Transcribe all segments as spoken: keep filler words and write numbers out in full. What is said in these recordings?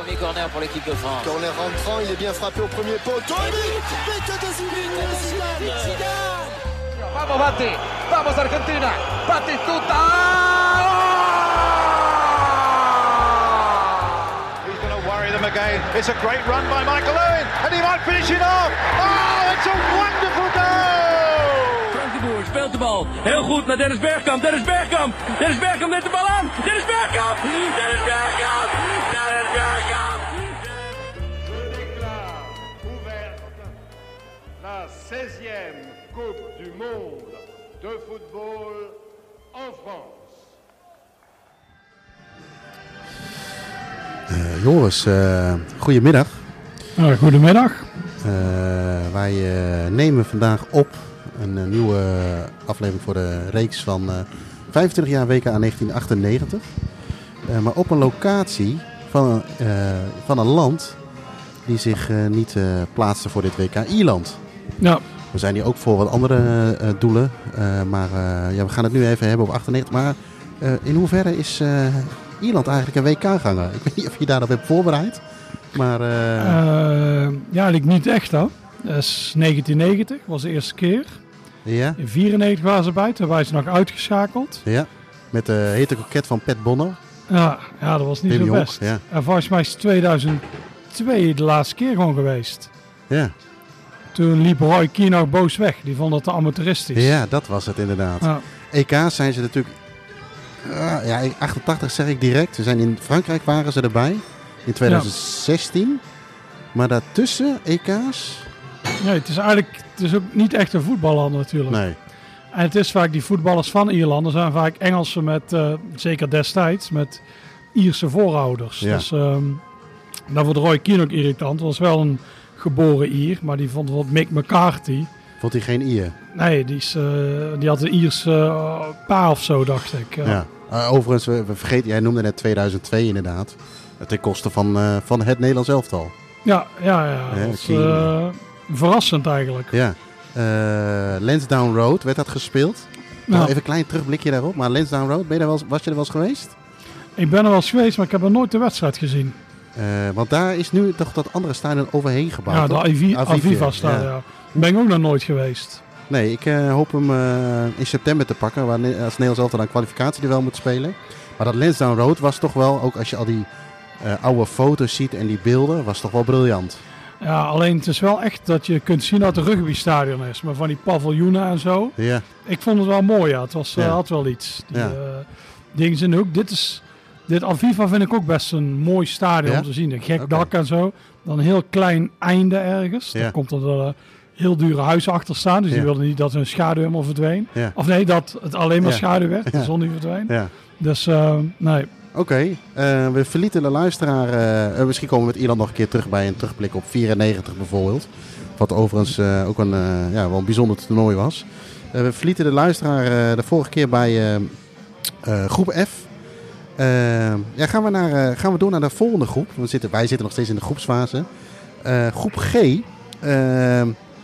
Premier corner pour l'équipe de France. Corner rentrant, il est bien frappé au premier poteau. But de Zidane. Vamos Batti, vamos Argentina, Batistuta! He's going to worry them again. It's a great run by Michael Owen and he might finish it off. Oh, it's a wonderful goal! Frankie Boer speelt de bal. Heel goed naar Dennis Bergkamp. Dennis Bergkamp. Dennis Bergkamp neemt de bal aan. Dennis Bergkamp. Dennis Bergkamp. Dennis Bergkamp. Je déclare ouverte la seizième Coupe du Monde de football en France. Uh, Joris, uh, goedemiddag. Uh, goedemiddag. Uh, wij uh, nemen vandaag op een uh, nieuwe aflevering voor de reeks van uh, vijfentwintig jaar W K negentien achtennegentig. Uh, maar op een locatie van, uh, van een land die zich uh, niet uh, plaatste voor dit W K, Ierland. Ja. We zijn hier ook voor wat andere uh, doelen, uh, maar uh, ja, we gaan het nu even hebben over achtennegentig. Maar uh, in hoeverre is uh, Ierland eigenlijk een W K-ganger? Ik weet niet of je daarop hebt voorbereid, maar... Uh... Uh, ja, eigenlijk niet echt, hè. Dat is negentien negentig, was de eerste keer. Ja. In vierennegentig waren ze bij, toen waren ze nog uitgeschakeld. Ja, met de hete koket van Pat Bonner. Ja, ja, dat was niet Wim zo Jonk, best. ja. En volgens mij is het tweeduizend twee de laatste keer gewoon geweest. Ja. Toen liep Roy Keane nog boos weg. Die vond dat te amateuristisch. Ja, dat was het inderdaad. Ja. E K's zijn ze natuurlijk... Uh, ja, achtentachtig zeg ik direct. Ze zijn in Frankrijk waren ze erbij. In tweeduizend zestien. Ja. Maar daartussen E K's... Nee, het is eigenlijk het is ook niet echt een voetballand natuurlijk. Nee. En het is vaak die voetballers van Ierland. Er zijn vaak Engelsen met, uh, zeker destijds, met Ierse voorouders. Ja. Dus um, dat vond Roy Keane ook irritant. Het was wel een geboren Ier, maar die vond bijvoorbeeld Mick McCarthy. Vond hij geen Ier? Nee, die, is, uh, die had een Ierse uh, pa of zo, dacht ik. Uh. Ja. Uh, overigens, we, we vergeten, jij noemde net tweeduizend twee inderdaad. Ten koste van, uh, van het Nederlands elftal. Ja, ja, ja. ja dat was uh, verrassend eigenlijk. Ja. Uh, Lansdowne Road werd dat gespeeld. Ja. Nou, even een klein terugblikje daarop. Maar Lansdowne Road, ben je daar wel, was je er wel eens geweest? Ik ben er wel eens geweest, maar ik heb er nooit de wedstrijd gezien. Uh, want daar is nu toch dat andere stadion overheen gebouwd. Ja, de Aviva, Aviva stadion. Ja. Daar ben ik ook nog nooit geweest. Nee, ik uh, hoop hem uh, in september te pakken. Waar als Nederlands elftal dan kwalificatie er wel moet spelen. Maar dat Lansdowne Road was toch wel, ook als je al die uh, oude foto's ziet en die beelden, was toch wel briljant. Ja, alleen het is wel echt dat je kunt zien dat het een rugbystadion is. Maar van die paviljoenen en zo. Ja. Ik vond het wel mooi, ja. Het was, ja. uh, had wel iets. Die, ja. uh, dingen zijn ook. Dit is... Dit Aviva vind ik ook best een mooi stadion ja? om te zien. Een gek okay. dak en zo. Dan een heel klein einde ergens. Ja. Dan komt er uh, heel dure huizen achter staan. Dus ja. die wilden niet dat hun schaduw helemaal verdween. Ja. Of nee, dat het alleen maar ja. schaduw werd. Ja. De zon niet verdween. Ja. Dus uh, nee. Oké, okay. uh, we verlieten de luisteraar. Uh, misschien komen we met Ierland nog een keer terug bij een terugblik op vierennegentig bijvoorbeeld. Wat overigens uh, ook een, uh, ja, wel een bijzonder toernooi was. Uh, we verlieten de luisteraar uh, de vorige keer bij uh, uh, groep F. Uh, ja, gaan, we naar, uh, gaan we door naar de volgende groep. We zitten, wij zitten nog steeds in de groepsfase. Uh, groep G. Uh,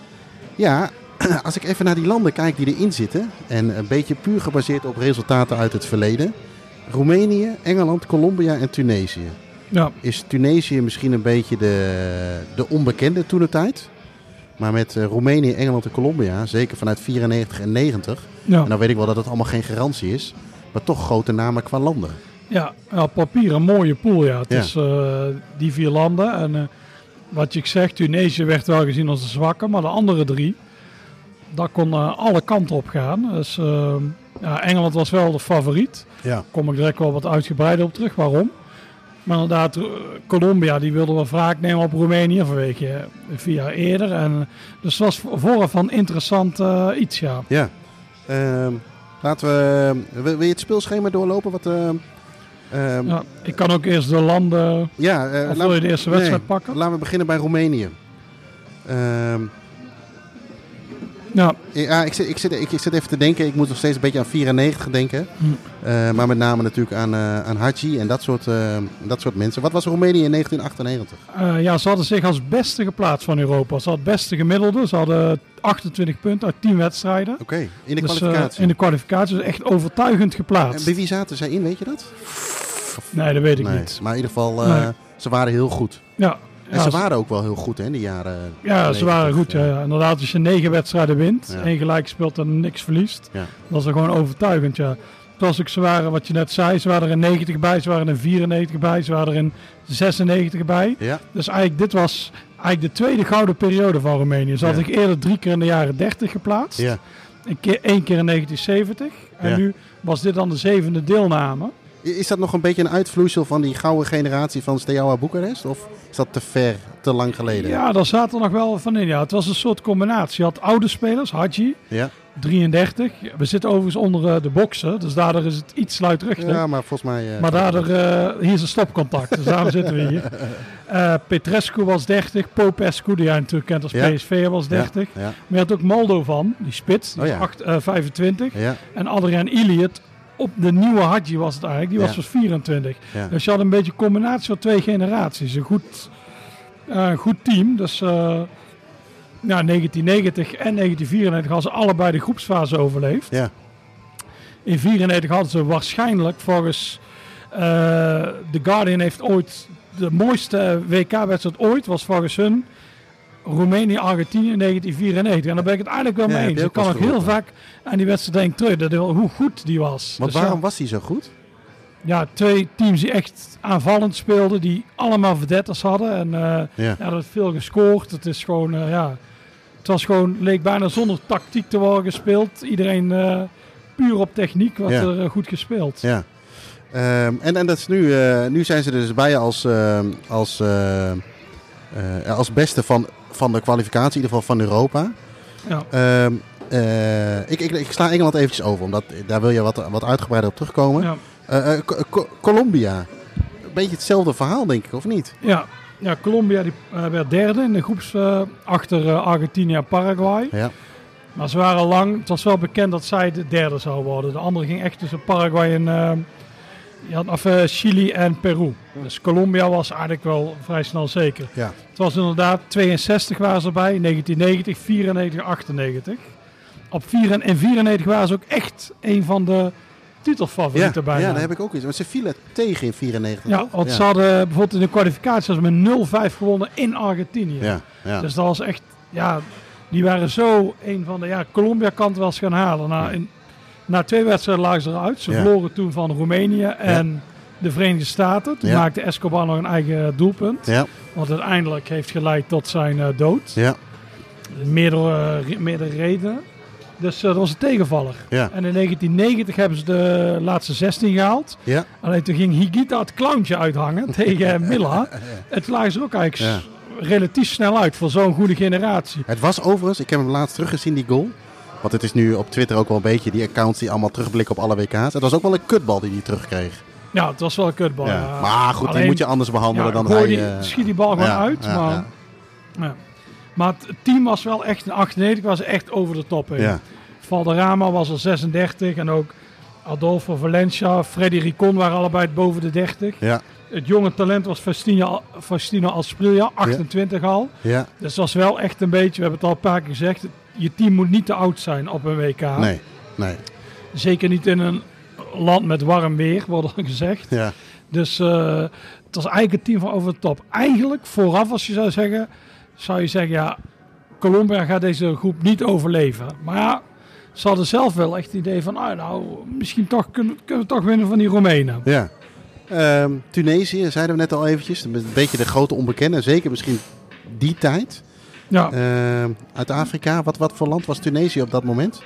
ja, als ik even naar die landen kijk die erin zitten. En een beetje puur gebaseerd op resultaten uit het verleden. Roemenië, Engeland, Colombia en Tunesië. Ja. Is Tunesië misschien een beetje de, de onbekende toentertijd? Maar met uh, Roemenië, Engeland en Colombia, zeker vanuit vierennegentig en negentig. Ja. En dan weet ik wel dat het allemaal geen garantie is. Maar toch grote namen qua landen. Ja, op papier een mooie pool. Ja. Het ja. is uh, die vier landen. En uh, wat je zegt, Tunesië werd wel gezien als de zwakke. Maar de andere drie, daar kon uh, alle kanten op gaan. Dus uh, ja, Engeland was wel de favoriet. Ja. Daar kom ik direct wel wat uitgebreider op terug. Waarom? Maar inderdaad, Colombia die wilde wel wraak nemen op Roemenië vanwege vier jaar eerder. En, dus het was vooraf van interessant uh, iets, ja. Ja. Uh, laten we... Wil je het speelschema doorlopen? Wat, uh, uh, ja, ik kan ook eerst de landen... Ja, uh, of wil je de eerste wedstrijd nee, pakken? Laten we beginnen bij Roemenië. Uh, Ja. Ja, ik zit, ik, zit, ik, ik zit even te denken. Ik moet nog steeds een beetje aan vierennegentig denken. Hm. Uh, maar met name natuurlijk aan, uh, aan Hadji en dat soort, uh, dat soort mensen. Wat was Roemenië in negentien achtennegentig? Uh, ja, ze hadden zich als beste geplaatst van Europa. Ze hadden het beste gemiddelde. Ze hadden achtentwintig punten uit tien wedstrijden. Oké, okay. in de dus, kwalificatie? Uh, in de kwalificatie. Dus echt overtuigend geplaatst. En bij wie zaten zij in, weet je dat? Nee, dat weet ik nee. niet. Maar in ieder geval, uh, nee. ze waren heel goed. Ja. En ja, ze waren ook wel heel goed hè, in de jaren. Ja, negentig, ze waren goed. Ja. Ja, ja. Inderdaad, als je negen wedstrijden wint, ja. één gelijk speelt en niks verliest, ja. dat is er gewoon overtuigend. Ja. Zoals ik ze waren, wat je net zei, ze waren er in negentig bij, ze waren er in vierennegentig bij, ze waren er in zesennegentig bij. Ja. Dus eigenlijk, dit was eigenlijk de tweede gouden periode van Roemenië. Ze hadden ja. eerder drie keer in de jaren dertig geplaatst. Ja. Een keer, één keer in negentien zeventig. En ja. nu was dit dan de zevende deelname. Is dat nog een beetje een uitvloeisel van die gouden generatie van Steaua Boekarest? Of is dat te ver, te lang geleden? Ja, daar zat er nog wel van in. Ja. Het was een soort combinatie. Je had oude spelers, Hadji, ja. drieëndertig. We zitten overigens onder uh, de boksen, dus daardoor is het iets luidruchtig. Ja, maar volgens mij... Uh, maar daardoor, uh, hier is een stopcontact, dus daarom zitten we hier. Uh, Petrescu was dertig, Popescu, die jij natuurlijk kent als ja. P S V, was dertig. Ja. Ja. Maar je had ook Moldovan, die spits, die oh, ja. acht, uh, vijfentwintig. Ja. En Adrian Iliot, op de nieuwe Hadji was het eigenlijk, die was ja. van vierentwintig. Ja. Dus je had een beetje een combinatie van twee generaties. Een goed, uh, goed team, dus... Uh, Ja, negentien negentig en negentien vierennegentig hadden ze allebei de groepsfase overleefd. Ja. In vierennegentig hadden ze waarschijnlijk volgens uh, The Guardian heeft ooit de mooiste W K-wedstrijd ooit was volgens hun Roemenië-Argentinië in negentien vierennegentig. En daar ben ik het eigenlijk wel ja, mee eens. Ik kan ook heel vaak aan die wedstrijd denken terug dat wel, hoe goed die was. Want dus waarom ja, was die zo goed? Ja, twee teams die echt aanvallend speelden, die allemaal verdetters hadden. En uh, ja. ja, er werd veel gescoord. Het is gewoon, uh, ja... Het was gewoon, leek bijna zonder tactiek te worden gespeeld. Iedereen uh, puur op techniek was ja. er uh, goed gespeeld. Ja. Um, en, en dat is nu, uh, nu zijn ze er dus bij als, uh, als, uh, uh, als beste van, van de kwalificatie, in ieder geval van Europa. Ja. Um, uh, ik, ik, ik sla Engeland eventjes over, omdat daar wil je wat, wat uitgebreider op terugkomen. Ja. Uh, uh, Co- Colombia, een beetje hetzelfde verhaal denk ik, of niet? Ja. Ja, Colombia die, uh, werd derde in de groeps uh, achter uh, Argentinië en Paraguay. Ja. Maar ze waren lang, het was wel bekend dat zij de derde zou worden. De andere ging echt tussen Paraguay en uh, je had, of, uh, Chili en Peru. Dus Colombia was eigenlijk wel vrij snel zeker. Ja. Het was inderdaad tweeënzestig waren ze erbij, negentien negentig, vierennegentig, achtennegentig. Op vier en vierennegentig waren ze ook echt een van de titelfavorieten ja, bijna. Ja, daar heb ik ook iets. Want ze vielen tegen in vierennegentig. Ja, want ja. ze hadden bijvoorbeeld in de kwalificatie met nul vijf gewonnen in Argentinië. Ja, ja. Dus dat was echt, ja, die waren zo een van de, ja, Colombia kan het wel eens gaan halen. Na, in, na twee wedstrijden lagen ze eruit. Ze ja. verloren toen van Roemenië en ja. de Verenigde Staten. Toen ja. maakte Escobar nog een eigen doelpunt. Ja. Wat uiteindelijk heeft geleid tot zijn uh, dood. Ja. Meerdere, uh, meerdere redenen. Dus uh, dat was een tegenvaller. Ja. En in negentien negentig hebben ze de laatste zestien gehaald. Ja. Alleen toen ging Higuita het clowntje uithangen tegen Milla. En toen lagen ze er ook eigenlijk ja. relatief snel uit voor zo'n goede generatie. Het was overigens, ik heb hem laatst teruggezien die goal. Want het is nu op Twitter ook wel een beetje die accounts die allemaal terugblikken op alle W K's. Het was ook wel een kutbal die hij terugkreeg. Ja, het was wel een kutbal. Ja. Ja. Maar goed, Alleen, die moet je anders behandelen ja, dan hij... Die, uh... schiet die bal gewoon ja, uit. Ja, maar, ja. Ja. maar het team was wel echt, in achtennegentig was echt over de top heen. Ja. Valderrama was er zesendertig en ook Adolfo Valencia, Freddy Ricon waren allebei boven de dertig. Ja. Het jonge talent was Faustino, Faustino Asprilla, achtentwintig ja. al. Ja. Dus dat was wel echt een beetje, we hebben het al een paar keer gezegd, je team moet niet te oud zijn op een W K. Nee, nee. Zeker niet in een land met warm weer, wordt er gezegd. Ja. Dus uh, het was eigenlijk het team van over de top. Eigenlijk vooraf, als je zou zeggen, zou je zeggen, ja, Colombia gaat deze groep niet overleven. Maar ja, ze hadden zelf wel echt het idee van, ah, nou, misschien toch kunnen, kunnen we toch winnen van die Roemenen. Ja. Um, Tunesië, zeiden we net al eventjes. Een beetje de grote onbekende, zeker misschien die tijd. Ja. Uh, uit Afrika, wat, wat voor land was Tunesië op dat moment?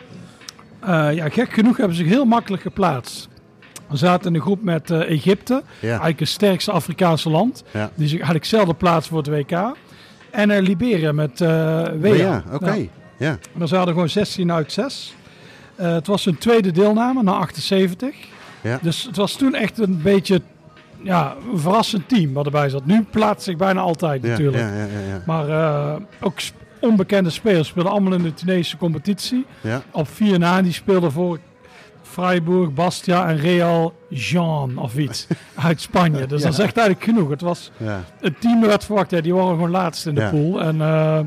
Uh, ja, gek genoeg hebben ze zich heel makkelijk geplaatst. We zaten in een groep met uh, Egypte, ja. eigenlijk het sterkste Afrikaanse land. Ja. Die zich eigenlijk zelden plaatsen voor het W K. En uh, Liberia met uh, W A. Ja, oké. Okay. Nou, ja. Dan zaten gewoon zestien uit zes. Uh, het was hun tweede deelname na achtenzeventig. Ja. Dus het was toen echt een beetje ja, een verrassend team wat erbij zat. Nu plaatst zich bijna altijd ja, natuurlijk. Ja, ja, ja, ja. Maar uh, ook sp- onbekende spelers speelden allemaal in de Tunesische competitie. Ja. Op vier na, die speelden voor Freiburg, Bastia en Real Jean of iets uit Spanje. Dus ja. dat is echt eigenlijk genoeg. Het was ja. het team werd verwacht, ja, die waren gewoon laatst in de ja. pool. En uh,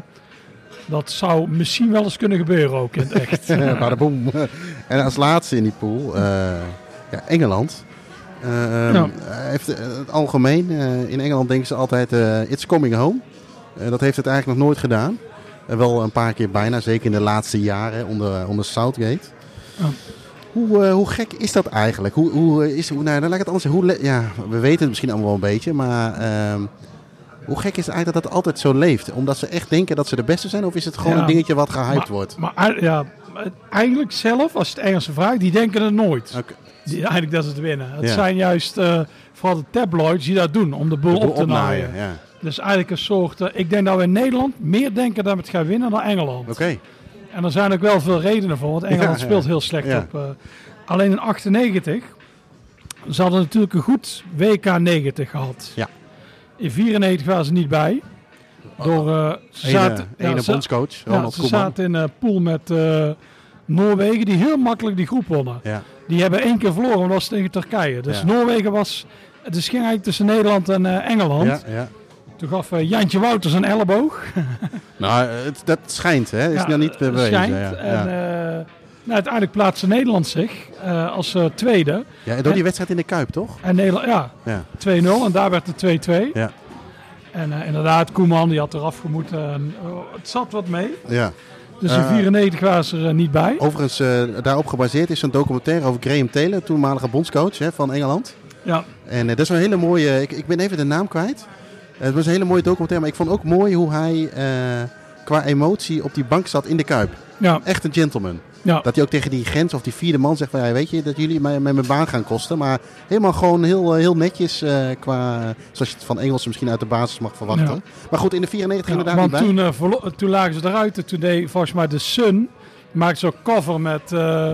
dat zou misschien wel eens kunnen gebeuren ook in het echt. Ja, boom. En als laatste in die pool, uh, ja, Engeland. Uh, ja. heeft, uh, het algemeen, uh, in Engeland denken ze altijd, uh, it's coming home. Uh, dat heeft het eigenlijk nog nooit gedaan. Uh, wel een paar keer bijna, zeker in de laatste jaren onder, onder Southgate. Ja. Hoe, uh, hoe gek is dat eigenlijk? Hoe, hoe is, hoe, nou, dan laat ik het anders zeggen. Hoe, ja, we weten het misschien allemaal wel een beetje, maar uh, hoe gek is het eigenlijk dat het altijd zo leeft? Omdat ze echt denken dat ze de beste zijn, of is het gewoon ja, een dingetje wat gehyped maar, wordt? Maar ja, eigenlijk zelf, als je het Engelse vraagt, die denken het nooit. Okay. Die, eigenlijk dat ze het winnen. Het ja. zijn juist uh, vooral de tabloids die dat doen, om de boel, de boel op te naaien. Ja. Dus eigenlijk een soort, uh, ik denk dat we in Nederland meer denken dat we het gaan winnen dan Engeland. Oké. Okay. En er zijn ook wel veel redenen voor, want Engeland ja, speelt ja. heel slecht ja. op. Uh, alleen in achtennegentig, ze hadden natuurlijk een goed W K negentig gehad. Ja. In vierennegentig waren ze niet bij. Door, uh, ze ene, zaten, ene ja, bondscoach, ja, ze zaten in een pool met uh, Noorwegen, die heel makkelijk die groep wonnen. Ja. Die hebben één keer verloren, want dat was tegen Turkije. Dus ja. Noorwegen was, het ging eigenlijk tussen Nederland en uh, Engeland. Ja, ja. Toen gaf uh, Jantje Wouters een elleboog. Nou, het, dat schijnt, hè? Is ja, nog niet bewezen. Schijnt. Ja. En, uh, nou, uiteindelijk plaatste Nederland zich uh, als uh, tweede. Ja, door die en, wedstrijd in de Kuip, toch? En Nederland, ja, ja. twee nul en daar werd het twee twee. Ja. En uh, inderdaad, Koeman die had eraf gemoeten. En, uh, het zat wat mee. Ja. Dus in vierennegentig uh, waren ze er uh, niet bij. Overigens, uh, daarop gebaseerd is een documentaire over Graham Taylor, toenmalige bondscoach hè, van Engeland. Ja. En uh, dat is een hele mooie, ik, ik ben even de naam kwijt. Uh, het was een hele mooie documentaire, maar ik vond ook mooi hoe hij uh, qua emotie op die bank zat in de Kuip. Ja. Echt een gentleman. Ja. Dat hij ook tegen die grens of die vierde man zegt van ja, weet je dat jullie mij met mijn baan gaan kosten. Maar helemaal gewoon heel, heel netjes uh, qua, zoals je het van Engelsen misschien uit de basis mag verwachten. Ja. Maar goed, in de vierennegentig ja, inderdaad want niet bij. Toen, uh, verlo- toen lagen ze eruit en toen deed volgens mij de Sun, maakte zo'n cover met, uh,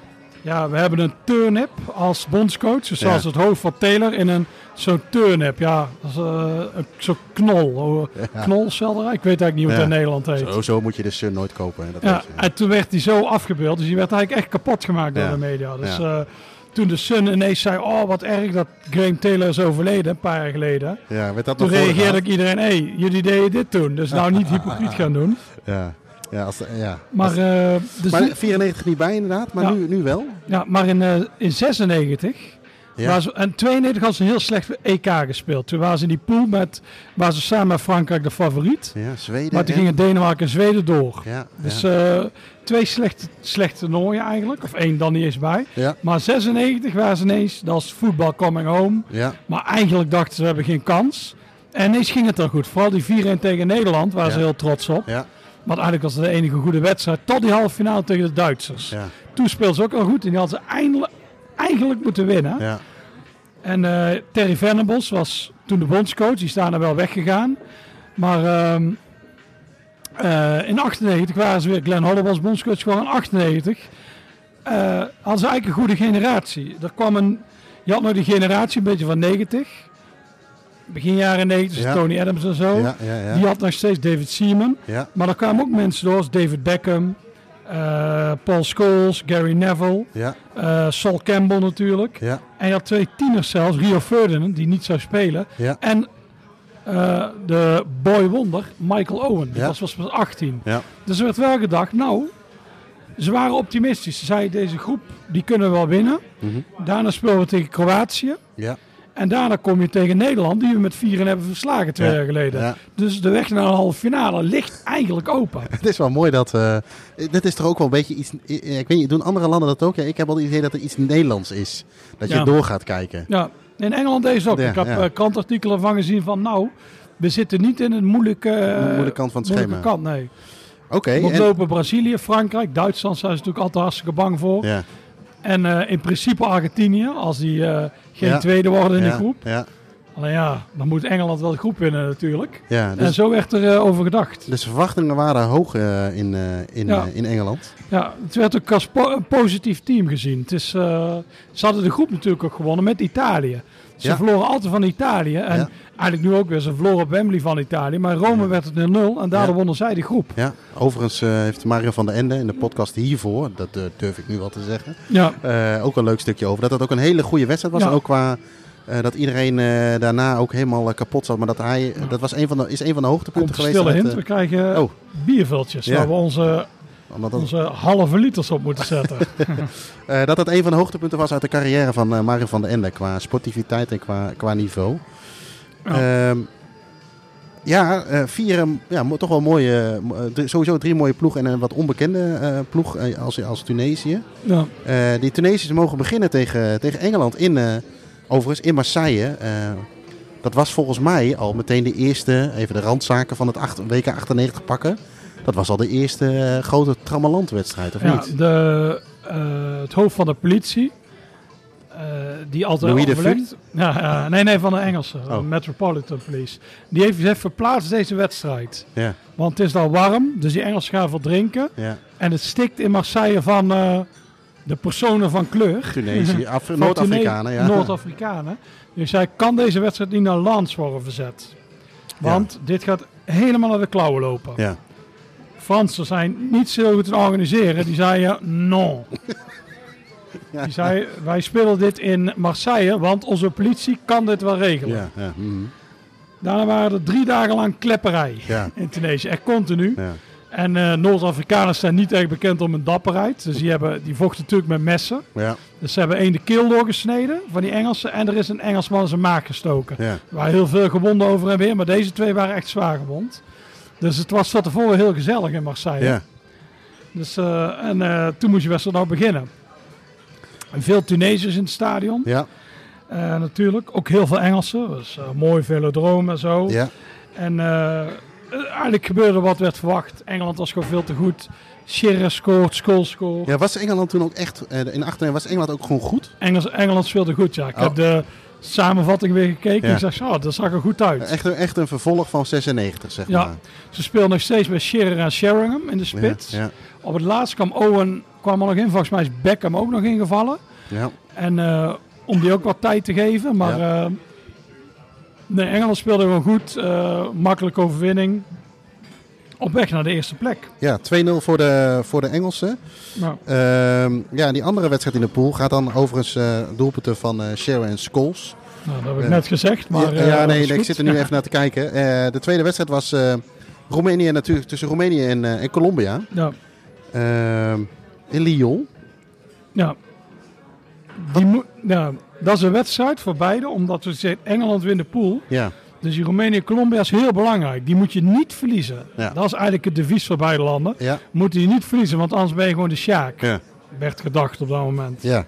ja we hebben een turnip als bondscoach. Dus zoals ja. het hoofd van Taylor in een zo'n turnip. Ja, dat is uh, een zo'n knol. Ja. Knolselderij, ik weet eigenlijk niet hoe het ja. in Nederland heet. Zo, zo moet je de Sun nooit kopen. Hè? Dat ja, is, ja. En toen werd hij zo afgebeeld, dus die werd eigenlijk echt kapot gemaakt ja. door de media. Dus ja. uh, toen de Sun ineens zei, oh wat erg dat Graham Taylor is overleden, een paar jaar geleden. Ja, werd dat toen reageerde ik iedereen, hé, hey, jullie deden dit toen, dus nou niet hypocriet gaan doen. Ja. Ja, als, ja. Maar, als, uh, dus maar vierennegentig niet bij inderdaad, maar ja. nu, nu wel. Ja, maar in, uh, in zesennegentig ja. ze, en tweeënnegentig hadden ze een heel slecht E K gespeeld. Toen waren ze in die pool met, waren ze samen met Frankrijk de favoriet. Ja, Zweden. Maar toen en... gingen Denemarken en Zweden door. Ja, dus ja. Uh, twee slechte, slechte toernooien eigenlijk, of één dan niet eens bij. Ja. Maar zesennegentig waren ze ineens, dat is voetbal coming home. Ja. Maar eigenlijk dachten ze, we hebben geen kans. En ineens ging het er goed. Vooral die vier-een tegen Nederland, waren ja. ze heel trots op. Ja. Want eigenlijk was het de enige goede wedstrijd tot die halve finale tegen de Duitsers. Ja. Toen speelden ze ook al goed en die hadden ze eindelijk, eigenlijk moeten winnen. Ja. En uh, Terry Venables was toen de bondscoach, die is daarna wel weggegaan. Maar um, uh, in achtennegentig waren ze weer, Glenn Hoddle was bondscoach, gewoon in achtennegentig. Uh, hadden ze eigenlijk een goede generatie. Er kwam een, je had nog die generatie een beetje van negentig. Begin jaren negentig, ja. Tony Adams en zo. Ja, ja, ja. Die had nog steeds David Seaman. Ja. Maar er kwamen ook mensen door als David Beckham, uh, Paul Scholes, Gary Neville, ja. uh, Sol Campbell natuurlijk. Ja. En je had twee tieners zelfs, Rio Ferdinand, die niet zou spelen. Ja. En uh, de boy wonder, Michael Owen, die ja. was pas achttien. Ja. Dus er werd wel gedacht, nou, ze waren optimistisch. Ze zeiden, deze groep, die kunnen we wel winnen. Mm-hmm. Daarna spelen we tegen Kroatië. Ja. En daarna kom je tegen Nederland, die we met vier hebben verslagen twee ja, jaar geleden. Ja. Dus de weg naar een halve finale ligt eigenlijk open. Het is wel mooi dat... Uh, dit is toch ook wel een beetje iets... Ik weet niet, doen andere landen dat ook? Ja, ik heb al het idee dat er iets Nederlands is. Dat je ja. door gaat kijken. Ja, in Engeland deze ook. Ja, ik heb ja. uh, krantartikelen van gezien van... Nou, we zitten niet in een moeilijke, uh, moeilijke kant van het schema. Kant, nee. Oké. Okay, Want lopen en... Brazilië, Frankrijk, Duitsland zijn ze natuurlijk altijd hartstikke bang voor. Ja. En uh, in principe Argentinië, als die uh, geen ja. tweede worden in ja. de groep. Ja. Alleen ja, dan moet Engeland wel de groep winnen natuurlijk. Ja, dus, en zo werd er uh, over gedacht. Dus de verwachtingen waren hoog uh, in, uh, in, ja. uh, in Engeland. Ja, het werd ook als po- een positief team gezien. Het is, uh, ze hadden de groep natuurlijk ook gewonnen met Italië. Ze ja. verloren altijd van Italië. En ja. eigenlijk nu ook weer, ze verloren op Wembley van Italië. Maar in Rome ja. werd het nul nul en daardoor ja. wonnen zij de groep. Ja, overigens uh, heeft Mario van der Ende in de podcast hiervoor, dat uh, durf ik nu wel te zeggen, ja. uh, ook een leuk stukje over. Dat het ook een hele goede wedstrijd was. Ja. En ook qua... Uh, dat iedereen uh, daarna ook helemaal uh, kapot zat. Maar dat hij, ja. dat was een van de, is een van de hoogtepunten Komt geweest. Stille hint, uh, we krijgen oh. bierviltjes. Ja. Waar we onze Omdat dat... onze halve liters op moeten zetten. uh, dat het een van de hoogtepunten was uit de carrière van uh, Mario van den Ende. Qua sportiviteit en qua, qua niveau. Ja, uh, ja uh, vier um, ja, toch wel mooie... Uh, drie, sowieso drie mooie ploegen en een wat onbekende uh, ploeg uh, als, als Tunesië. Ja. Uh, die Tunesiërs mogen beginnen tegen, tegen Engeland. In, uh, overigens in Marseille. Uh, dat was volgens mij al meteen de eerste... Even de randzaken van het W K achtennegentig pakken. Dat was al de eerste uh, grote trammelandwedstrijd, of ja, niet? De, uh, het hoofd van de politie, uh, die altijd Louis overlegt... Ja, uh, nee, nee, van de Engelse, oh. de Metropolitan Police. Die heeft gezegd, verplaatst deze wedstrijd. Ja. Want het is al warm, dus die Engelsen gaan veel drinken. Ja. En het stikt in Marseille van uh, de personen van kleur. Tunesië, Af- Noord-Afrikanen, ja. Noord-Afrikanen. Dus hij kan deze wedstrijd niet naar Lens worden verzet. Want ja. dit gaat helemaal naar de klauwen lopen. Ja. Fransen zijn niet zo goed te organiseren. Die zeiden, non. Ja. Die zeiden, wij spelen dit in Marseille, want onze politie kan dit wel regelen. Ja, ja. Mm-hmm. Daarna waren er drie dagen lang klepperij ja. in Tunesië. Echt continu. Ja. En uh, Noord-Afrikanen zijn niet echt bekend om hun dapperheid. Dus die, hebben, die vochten natuurlijk met messen. Ja. Dus ze hebben één de keel doorgesneden van die Engelsen. En er is een Engelsman in zijn maag gestoken. Ja. Er waren heel veel gewonden over en weer. Maar deze twee waren echt zwaar gewond. Dus het was van tevoren heel gezellig in Marseille. Ja. Dus, uh, en uh, toen moest je wedstrijd nou beginnen. En veel Tunesiërs in het stadion. Ja. Uh, natuurlijk. Ook heel veel Engelsen. Dus uh, mooi velodroom en zo. Ja. En uh, eigenlijk gebeurde wat werd verwacht. Engeland was gewoon veel te goed. Shearer scoort, Scholes scoort. Ja, was Engeland toen ook echt... Uh, in achteren was Engeland ook gewoon goed? Engels, Engeland speelde goed, ja. Ik oh. heb de samenvatting weer gekeken. Ja. Ik zeg, oh, dat zag er goed uit. Echt een, echt een vervolg van zesennegentig, zeg ja. maar. Ze speelden nog steeds met Shearer en Sheringham in de spits. Ja, ja. Op het laatst kwam Owen kwam er nog in. Volgens mij is Beckham ook nog ingevallen. Ja. En uh, om die ook wat tijd te geven. Maar ja. uh, nee, Engeland speelde gewoon goed. Uh, makkelijke overwinning. Op weg naar de eerste plek. Ja, twee nul voor de, voor de Engelsen. Nou. Uh, ja, die andere wedstrijd in de pool gaat dan overigens uh, doelpunten van uh, Shearer en Scholes. Nou, dat heb ik uh, net gezegd. Maar, ja, uh, ja nee, nee ik zit er nu ja. even naar te kijken. Uh, de tweede wedstrijd was uh, Roemenië natuurlijk tussen Roemenië en, uh, en Colombia. Ja. Uh, in Lyon. Ja. Die mo- ja. Dat is een wedstrijd voor beide, omdat we zeggen Engeland wint de pool. Ja. Dus die Roemenië-Colombia is heel belangrijk. Die moet je niet verliezen. Ja. Dat is eigenlijk het devies voor beide landen. Ja. Moet je niet verliezen, want anders ben je gewoon de sjaak. Ja. Werd gedacht op dat moment. Ja.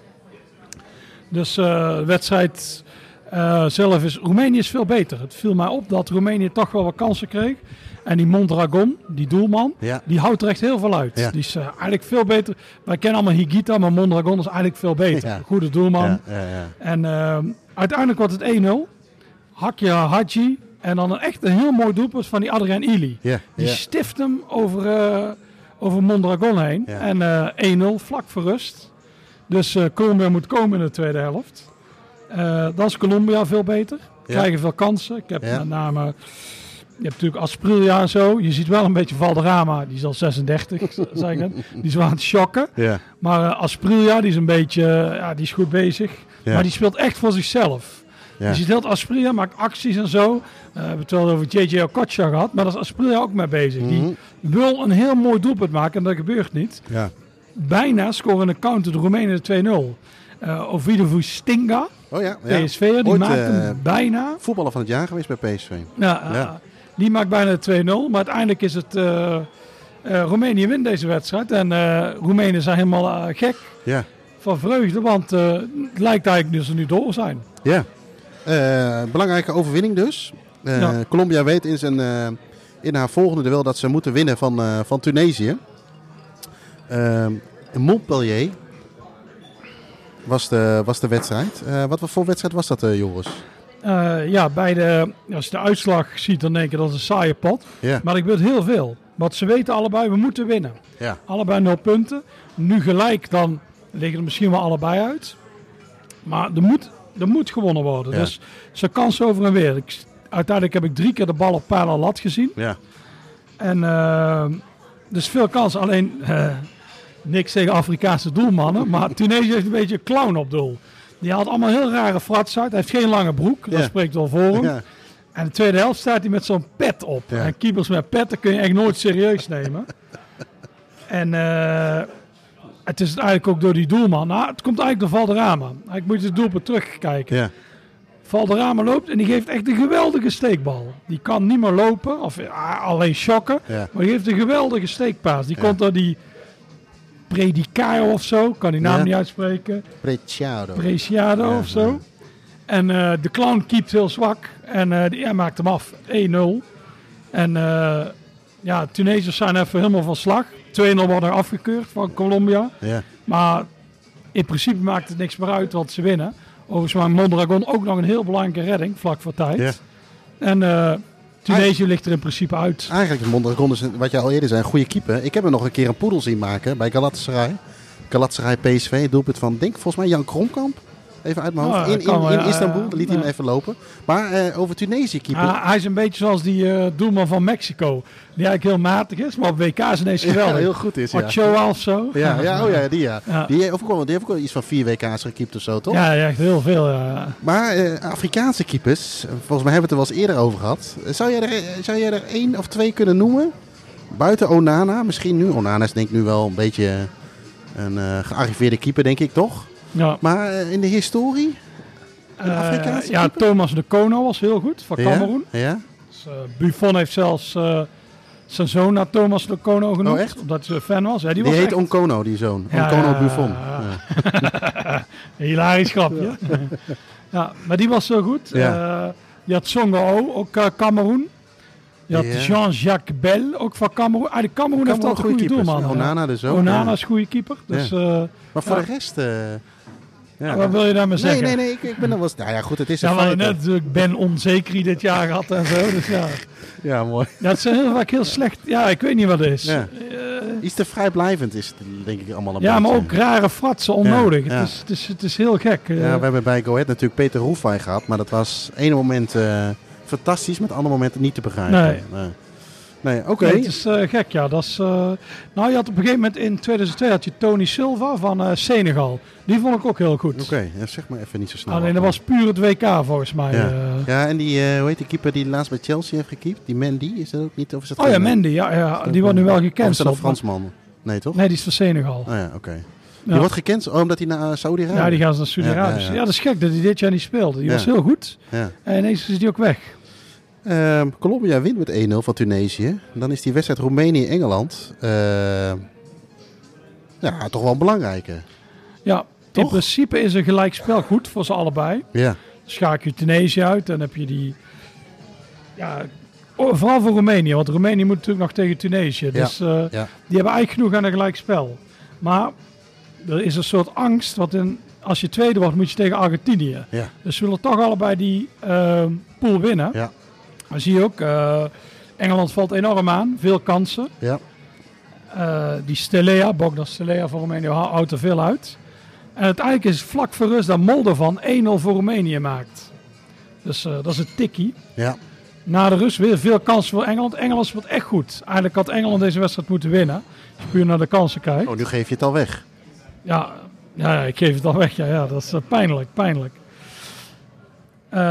Dus uh, de wedstrijd uh, zelf is... Roemenië is veel beter. Het viel mij op dat Roemenië toch wel wat kansen kreeg. En die Mondragon, die doelman, ja. die houdt er echt heel veel uit. Ja. Die is uh, eigenlijk veel beter. Wij kennen allemaal Higuita, maar Mondragon is eigenlijk veel beter. Ja. Goede doelman. Ja, ja, ja. En uh, uiteindelijk wordt het één nul. Hakja Hadji. En dan een echt een heel mooi doelpunt van die Adriaan Ili. Ja, die ja. stift hem over, uh, over Mondragon heen. Ja. En uh, één nul, vlak voor rust. Dus uh, Colombia moet komen in de tweede helft. Uh, dan is Colombia veel beter. Krijgen ja. veel kansen. Ik heb ja. met name... Je hebt natuurlijk Asprilla en zo. Je ziet wel een beetje Valderrama. Die is al zesendertig, zei ik net. Die is wel aan het shocken. Ja. Maar uh, Asprilla, die is een beetje... Ja, die is goed bezig. Ja. Maar die speelt echt voor zichzelf. Ja. Je ziet heel Asprilla, maakt acties en zo. Uh, we hebben het wel over J J Okocha gehad. Maar daar is Asprilla ook mee bezig. Mm-hmm. Die wil een heel mooi doelpunt maken. En dat gebeurt niet. Ja. Bijna scoren een counter de Roemenen de twee nul. Uh, Ovidiu Stinga. Oh ja, ja. P S V, die Ooit, maakt hem uh, bijna. Voetballer van het jaar geweest bij P S V. Ja, uh, ja. Die maakt bijna de twee nul. Maar uiteindelijk is het... Uh, uh, Roemenië wint deze wedstrijd. En uh, Roemenen zijn helemaal uh, gek ja. van vreugde. Want uh, het lijkt eigenlijk dat ze nu door zijn. Ja. Uh, belangrijke overwinning dus. Uh, ja. Colombia weet in, zijn, uh, in haar volgende duel dat ze moeten winnen van, uh, van Tunesië. Uh, Montpellier was de, was de wedstrijd. Uh, wat voor wedstrijd was dat, uh, Joris? Uh, ja, bij de, als je de uitslag ziet, dan denk je dat is een saaie pot. Ja. Maar er gebeurt heel veel. Want ze weten allebei, we moeten winnen. Ja. Allebei nul punten. Nu gelijk, dan liggen er misschien wel allebei uit. Maar er moet, er moet gewonnen worden. Ja. Dus ze kansen over en weer. Ik, uiteindelijk heb ik drie keer de bal op pijl en lat gezien. Ja. En uh, dus veel kansen. Alleen uh, niks tegen Afrikaanse doelmannen. Maar Tunesië heeft een beetje een clown op doel. Die haalt allemaal heel rare frats uit. Hij heeft geen lange broek. Dat ja. spreekt wel voor hem. Ja. En de tweede helft staat hij met zo'n pet op. Ja. En keepers met petten kun je echt nooit serieus nemen. En uh, het is eigenlijk ook door die doelman. Nou, het komt eigenlijk door Valderrama. Eigenlijk moet je het doelpunt terugkijken. Ja. Valderrama loopt en die geeft echt een geweldige steekbal. Die kan niet meer lopen, of uh, alleen shocken. Ja. Maar die heeft een geweldige steekpaas. Die ja. komt door die Predicaio of zo. Kan die naam ja. niet uitspreken. Preciado. Preciado ja, of zo. Ja. En uh, de clown keept heel zwak. En uh, die, hij maakt hem af. één nul. En uh, ja, Tunesiërs zijn even helemaal van slag. twee nul worden afgekeurd van Colombia. Ja. Maar in principe maakt het niks meer uit, want ze winnen. Overigens maakt Mondragon ook nog een heel belangrijke redding, vlak voor tijd. Ja. En uh, Tunesië ligt er in principe uit. Eigenlijk is Mondragon, is, wat je al eerder zei, een goede keeper. Ik heb hem nog een keer een poedel zien maken bij Galatasaray. Galatasaray P S V, doelpunt van, denk volgens mij Jan Kromkamp. Even uit mijn hoofd. Oh, in in, in uh, Istanbul, liet hij uh, hem even lopen. Maar uh, over Tunesië keeper. Uh, hij is een beetje zoals die uh, doelman van Mexico. Die eigenlijk heel matig is, maar op W K is ineens geweldig. Ja, heel goed is, ja. Ochoa of zo. Ja, ja, oh ja, die ja. ja. Die, heeft ook wel, die heeft ook wel iets van vier W K's gekiept of zo, toch? Ja, echt heel veel. Ja. Maar uh, Afrikaanse keepers, volgens mij hebben we het er wel eens eerder over gehad. Zou jij er, zou jij er één of twee kunnen noemen? Buiten Onana, misschien nu. Onana is denk ik nu wel een beetje een uh, gearriveerde keeper, denk ik, toch? Ja. Maar uh, in de historie? Uh, ja, keeper? Thomas de Kono was heel goed, van Cameroen. Ja? Ja? Dus, uh, Buffon heeft zelfs uh, zijn zoon naar Thomas de Kono genoemd. Oh, echt? Omdat hij fan was. Ja, die die was heet echt... Onkono, die zoon. Ja, Onkono Buffon. Ja. Hilarisch grapje. Ja. Ja, maar die was zo goed. Ja. Uh, je had Songo, ook uh, Cameroen. Je had ja. Jean-Jacques Bell, ook van Cameroen. Eigenlijk Cameroen heeft altijd een goede doelman. Onana dus ook. Onana ja. is een goede keeper. Dus, ja. uh, maar voor ja. de rest... Uh, ja. Wat wil je daarmee zeggen? Nee, nee, nee. Ik, ik ben er wel... Nou ja, goed, het is een ja, feit. Ja, net natuurlijk Ben Onzeker dit jaar gehad en zo. Dus ja. Ja, mooi. Ja, het zijn heel vaak heel slecht. Ja, ik weet niet wat het is. Ja. Uh, Iets te vrijblijvend is het, denk ik, allemaal een ja, beetje. Maar ook rare fratsen, onnodig. Ja, ja. Het, is, het, is, het is heel gek. Ja, we hebben bij Go Ahead natuurlijk Peter Roefwij gehad. Maar dat was ene moment uh, fantastisch, met andere momenten niet te begrijpen. Nee. Nee. Nee, oké. Okay. Nee, het is uh, gek, ja. Dat is, uh... Nou, je had op een gegeven moment in tweeduizend twee had je Tony Silva van uh, Senegal. Die vond ik ook heel goed. Oké, okay. Ja, zeg maar even niet zo snel. Alleen dat was puur het W K volgens mij. Ja, uh... ja en die, uh, hoe heet die keeper die laatst bij Chelsea heeft gekiept? Die Mendy, is dat ook niet? Of is dat oh ja, Mendy, ja, ja. Die wordt nu wel gecanceld. Of is dat een Fransman? Nee, toch? Nee, die is van Senegal. Oh ja, oké. Okay. Ja. Die wordt gecanceld oh, omdat hij naar Saudi-Arabië... Ja, die gaan ze naar Saudi-Arabië. Ja, ja, ja. ja, dat is gek dat hij dit jaar niet speelde. Die ja. was heel goed. Ja. En ineens is hij ook weg. Uh, Colombia wint met één nul van Tunesië. Dan is die wedstrijd Roemenië-Engeland uh, ja, toch wel een belangrijke. Ja, toch? In principe is een gelijkspel goed voor ze allebei. Ja. Schaak je Tunesië uit, dan heb je die... Ja, vooral voor Roemenië, want Roemenië moet natuurlijk nog tegen Tunesië. Dus ja. Uh, ja. die hebben eigenlijk genoeg aan een gelijkspel. Maar er is een soort angst, want in, als je tweede wordt moet je tegen Argentinië. Ja. Dus ze willen toch allebei die uh, pool winnen. Ja. Dan zie je ook, uh, Engeland valt enorm aan, veel kansen. Ja. Uh, die Stelea, Bogdan Stelea voor Roemenië houdt er veel uit. En uiteindelijk is het vlak voor rust dat Moldovan één nul voor Roemenië maakt. Dus uh, dat is een tikkie. Ja. Na de rust weer veel kansen voor Engeland. Engeland speelt echt goed. Eigenlijk had Engeland deze wedstrijd moeten winnen. Als je puur naar de kansen kijkt. Oh, nu geef je het al weg. Ja, ja ik geef het al weg. Ja, ja, dat is uh, pijnlijk, pijnlijk. Uh,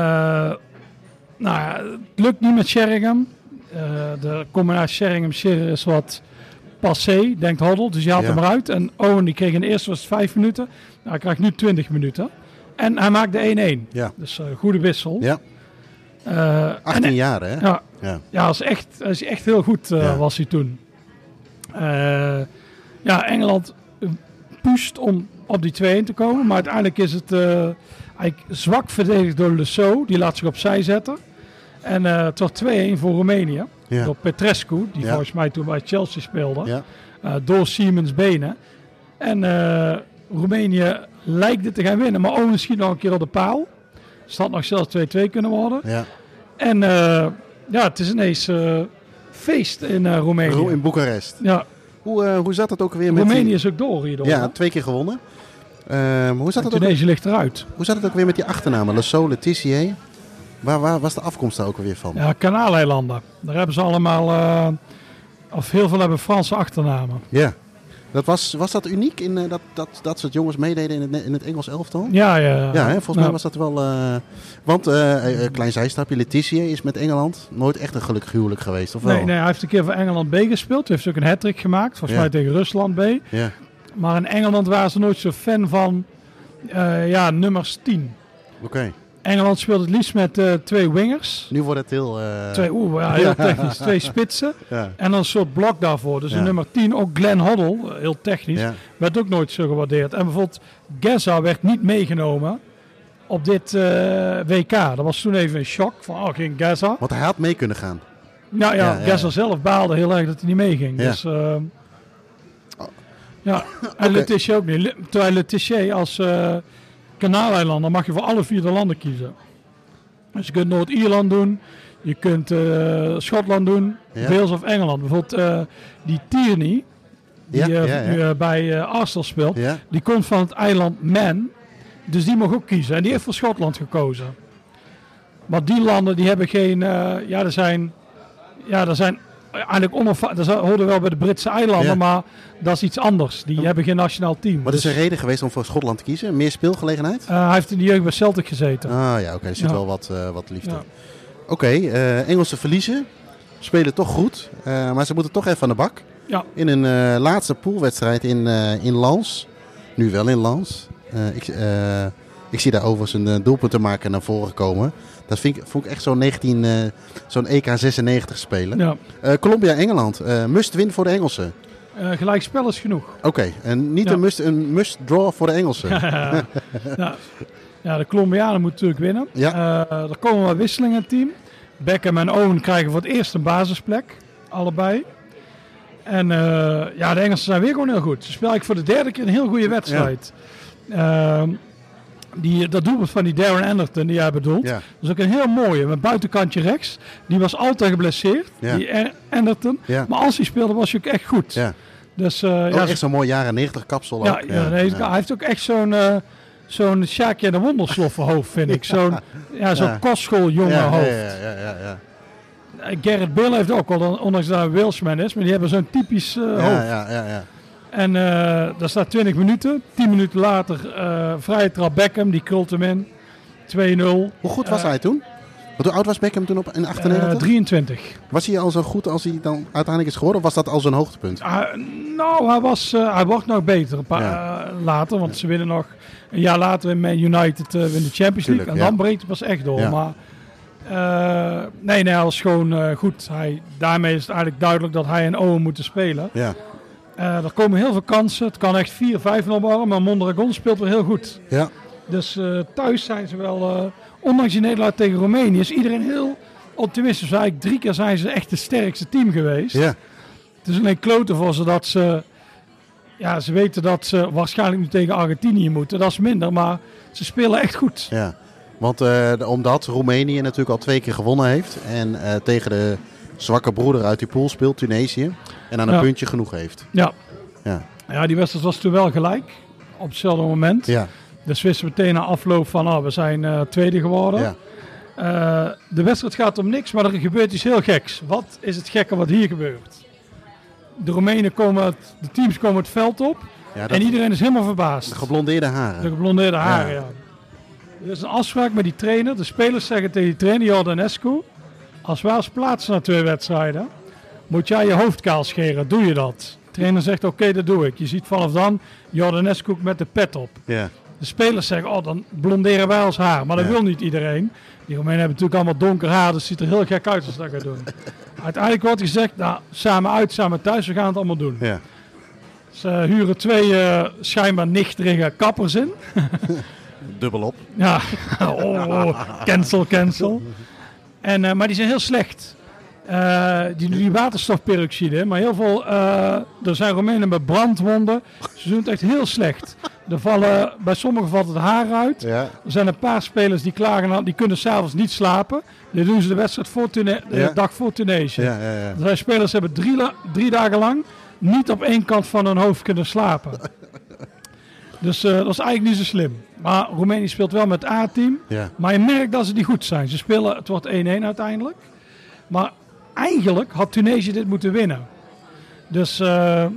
nou ja, het lukt niet met Sheringham. Uh, de combinatie Sheringham-Shearer is wat passé, denkt Hoddle. Dus je haalt ja. hem eruit. En Owen die kreeg in de eerste was vijf minuten. Nou, hij krijgt nu twintig minuten. En hij maakt de één één. Ja. Dus uh, goede wissel. Ja. Uh, achttien en, jaar, hè? Ja, ja. ja dat is echt, dat is echt heel goed uh, ja. was hij toen. Uh, ja, Engeland pusht om op die twee één te komen. Maar uiteindelijk is het uh, eigenlijk zwak verdedigd door Le Saux. Die laat zich opzij zetten. En uh, het wordt twee één voor Roemenië. Ja. Door Petrescu, die ja. volgens mij toen bij Chelsea speelde. Ja. Uh, door Siemens benen. En uh, Roemenië lijkt het te gaan winnen. Maar Owen schiet nog een keer op de paal. Dus dat had nog zelfs twee twee kunnen worden. Ja. En uh, ja, het is ineens uh, feest in uh, Roemenië. In Boekarest. Ja. Hoe, uh, hoe zat het ook weer met Roemenië die... is ook door hierdoor. Ja, hè? twee keer gewonnen. Uh, hoe zat het Tunesië ook... ligt eruit. Hoe zat het ook weer met die achternamen? Le Saux, Letizier. Waar, waar was de afkomst daar ook weer van? Ja, Kanaaleilanden. Daar hebben ze allemaal... Uh, of heel veel hebben Franse achternamen. Ja. Dat was, was dat uniek in uh, dat, dat, dat soort jongens meededen in het, in het Engels elftal? Ja, ja. Ja, hè, volgens mij ja. was dat wel... Uh, want, uh, uh, klein zijstapje, Letitia is met Engeland nooit echt een gelukkig huwelijk geweest, of wel? Nee, nee, hij heeft een keer voor Engeland B gespeeld. Hij heeft ook een hat-trick gemaakt, volgens ja. mij tegen Rusland B. Ja. Maar in Engeland waren ze nooit zo fan van uh, ja, nummers tien. Oké. Okay. Engeland speelt het liefst met uh, twee wingers. Nu wordt het heel... Uh... Twee, oeh, ja, heel technisch. Twee spitsen. Ja. En dan een soort blok daarvoor. Dus ja. een nummer tien, ook Glenn Hoddle, heel technisch, ja. werd ook nooit zo gewaardeerd. En bijvoorbeeld Geza werd niet meegenomen op dit uh, W K. Dat was toen even een shock van, oh, geen Geza. Want hij had mee kunnen gaan. Nou ja, ja, ja Geza ja. zelf baalde heel erg dat hij niet meeging. Ja. Dus... Uh, ja, en okay. Letitia ook niet. Terwijl Letitia als uh, Kanaaleilanden mag je voor alle vier de landen kiezen. Dus je kunt Noord-Ierland doen, je kunt uh, Schotland doen, ja. Wales of Engeland. Bijvoorbeeld uh, die Tierney, die ja, uh, ja, ja. Uh, bij uh, Arsenal speelt, ja. die komt van het eiland Man. Dus die mag ook kiezen. En die heeft voor Schotland gekozen. Maar die landen die hebben geen, uh, ja er zijn, ja er zijn... Eigenlijk onafha- dat hoorde wel bij de Britse eilanden, ja. maar dat is iets anders. Die ja. hebben geen nationaal team. Wat is dus... er reden geweest om voor Schotland te kiezen? Meer speelgelegenheid? Uh, hij heeft in de jeugd bij Celtic gezeten. Ah ja, oké. Okay. Er zit ja. wel wat, uh, wat liefde. Ja. Oké, okay, uh, Engelsen verliezen. Spelen toch goed. Uh, maar ze moeten toch even aan de bak. Ja. In een uh, laatste poolwedstrijd in, uh, in Lens. Nu wel in Lens. Uh, ik, uh, ik zie daar overigens een uh, doelpunt maken naar voren komen. Dat vind ik, vond ik echt zo'n, negentien, uh, zo'n E K zesennegentig spelen. Ja. Uh, Colombia-Engeland. Uh, must win voor de Engelsen. Uh, gelijkspel is genoeg. Oké, okay. en niet ja. een, must, een must draw voor de Engelsen. ja, ja. ja, de Colombianen moeten natuurlijk winnen. Ja. Uh, er komen wat wisselingen in het team. Beckham en Owen krijgen voor het eerst een basisplek. Allebei. En uh, ja, de Engelsen zijn weer gewoon heel goed. Ze spelen eigenlijk voor de derde keer een heel goede wedstrijd. Ja. Uh, Die, dat doelpunt van die Darren Anderton die jij bedoelt. Ja. Dat is ook een heel mooie. Met buitenkantje rechts. Die was altijd geblesseerd. Ja. Die Anderton. Ja. Maar als hij speelde was hij ook echt goed. Ja. Dus, uh, ook ja, echt zo'n mooi jaren negentig kapsel. Ja, ook. Ja, ja, nee, ja. Hij heeft ook echt zo'n... Uh, zo'n Sjaakje en de Wondersloffen-hoofd, vind ik. Zo'n ja, zo'n ja. kostschooljongen ja, hoofd. Ja, ja, ja, ja, ja. Gareth Bale heeft ook al, ondanks dat hij een Welshman is, maar die hebben zo'n typisch uh, hoofd. Ja, ja, ja, ja. En uh, daar staat twintig minuten. tien minuten later uh, vrije trap Beckham, die krult hem in. twee nul. Hoe goed was uh, hij toen? Want hoe oud was Beckham toen op in achtennegentig? Uh, drieëntwintig. Was hij al zo goed als hij dan uiteindelijk is geworden? Of was dat al zijn hoogtepunt? Uh, nou, hij, was, uh, hij wordt nog beter een paar, ja. uh, later. Want ze winnen nog een jaar later in Man United uh, in de Champions League. Tuurlijk, en dan ja. breekt het pas echt door. Ja. Maar uh, nee, nee, hij was gewoon uh, goed. Hij, daarmee is het eigenlijk duidelijk dat hij en Owen moeten spelen. Ja. Uh, er komen heel veel kansen. Het kan echt vier vijf nul worden. Maar Mondragon speelt weer heel goed. Ja. Dus uh, thuis zijn ze wel... Uh, ondanks die nederlaag tegen Roemenië is iedereen heel optimistisch. Eigenlijk drie keer zijn ze echt het sterkste team geweest. Ja. Het is alleen kloten voor ze dat ze... Ja, ze weten dat ze waarschijnlijk nu tegen Argentinië moeten. Dat is minder, maar ze spelen echt goed. Ja, want uh, omdat Roemenië natuurlijk al twee keer gewonnen heeft. En uh, tegen de zwakke broeder uit die pool speelt, Tunesië. En aan een ja. puntje genoeg heeft. Ja. Ja. Ja, die wedstrijd was toen wel gelijk. Op hetzelfde moment. Ja. Dus wisten we meteen na afloop van, oh, we zijn uh, tweede geworden. Ja. Uh, de wedstrijd gaat om niks, maar er gebeurt iets heel geks. Wat is het gekke wat hier gebeurt? De Roemenen komen, het, de teams komen het veld op. Ja, en iedereen is helemaal verbaasd. De geblondeerde haren. De geblondeerde haren, ja. ja. Er is een afspraak met die trainer. De spelers zeggen tegen die trainer, Jordanescu, als wij als plaatsen na twee wedstrijden, moet jij je hoofd kaal scheren. Doe je dat? De trainer zegt, oké, okay, dat doe ik. Je ziet vanaf dan Jordanescu met de pet op. Ja. De spelers zeggen, oh, dan blonderen wij ons haar. Maar dat ja. wil niet iedereen. Die Roemenen hebben natuurlijk allemaal donker haar, dus het ziet er heel gek uit als ze dat gaan doen. Uiteindelijk wordt gezegd, nou, samen uit, samen thuis, we gaan het allemaal doen. Ja. Ze huren twee uh, schijnbaar nichterige kappers in. Dubbel op. Ja, oh, cancel, cancel. En, uh, maar die zijn heel slecht. Uh, die doen die waterstofperoxide, maar heel veel, uh, er zijn Roemenen met brandwonden. Ze doen het echt heel slecht. Er vallen, bij sommigen valt het haar uit. Ja. Er zijn een paar spelers die klagen, die kunnen s'avonds niet slapen. Die doen ze de wedstrijd voor Tune- de ja. dag voor Tunesië. Ja, ja, ja. Er zijn spelers die hebben drie, la- drie dagen lang niet op één kant van hun hoofd kunnen slapen. Dus uh, dat is eigenlijk niet zo slim. Maar Roemenië speelt wel met het A-team. Ja. Maar je merkt dat ze niet goed zijn. Ze spelen, het wordt één-één uiteindelijk. Maar eigenlijk had Tunesië dit moeten winnen. Dus uh,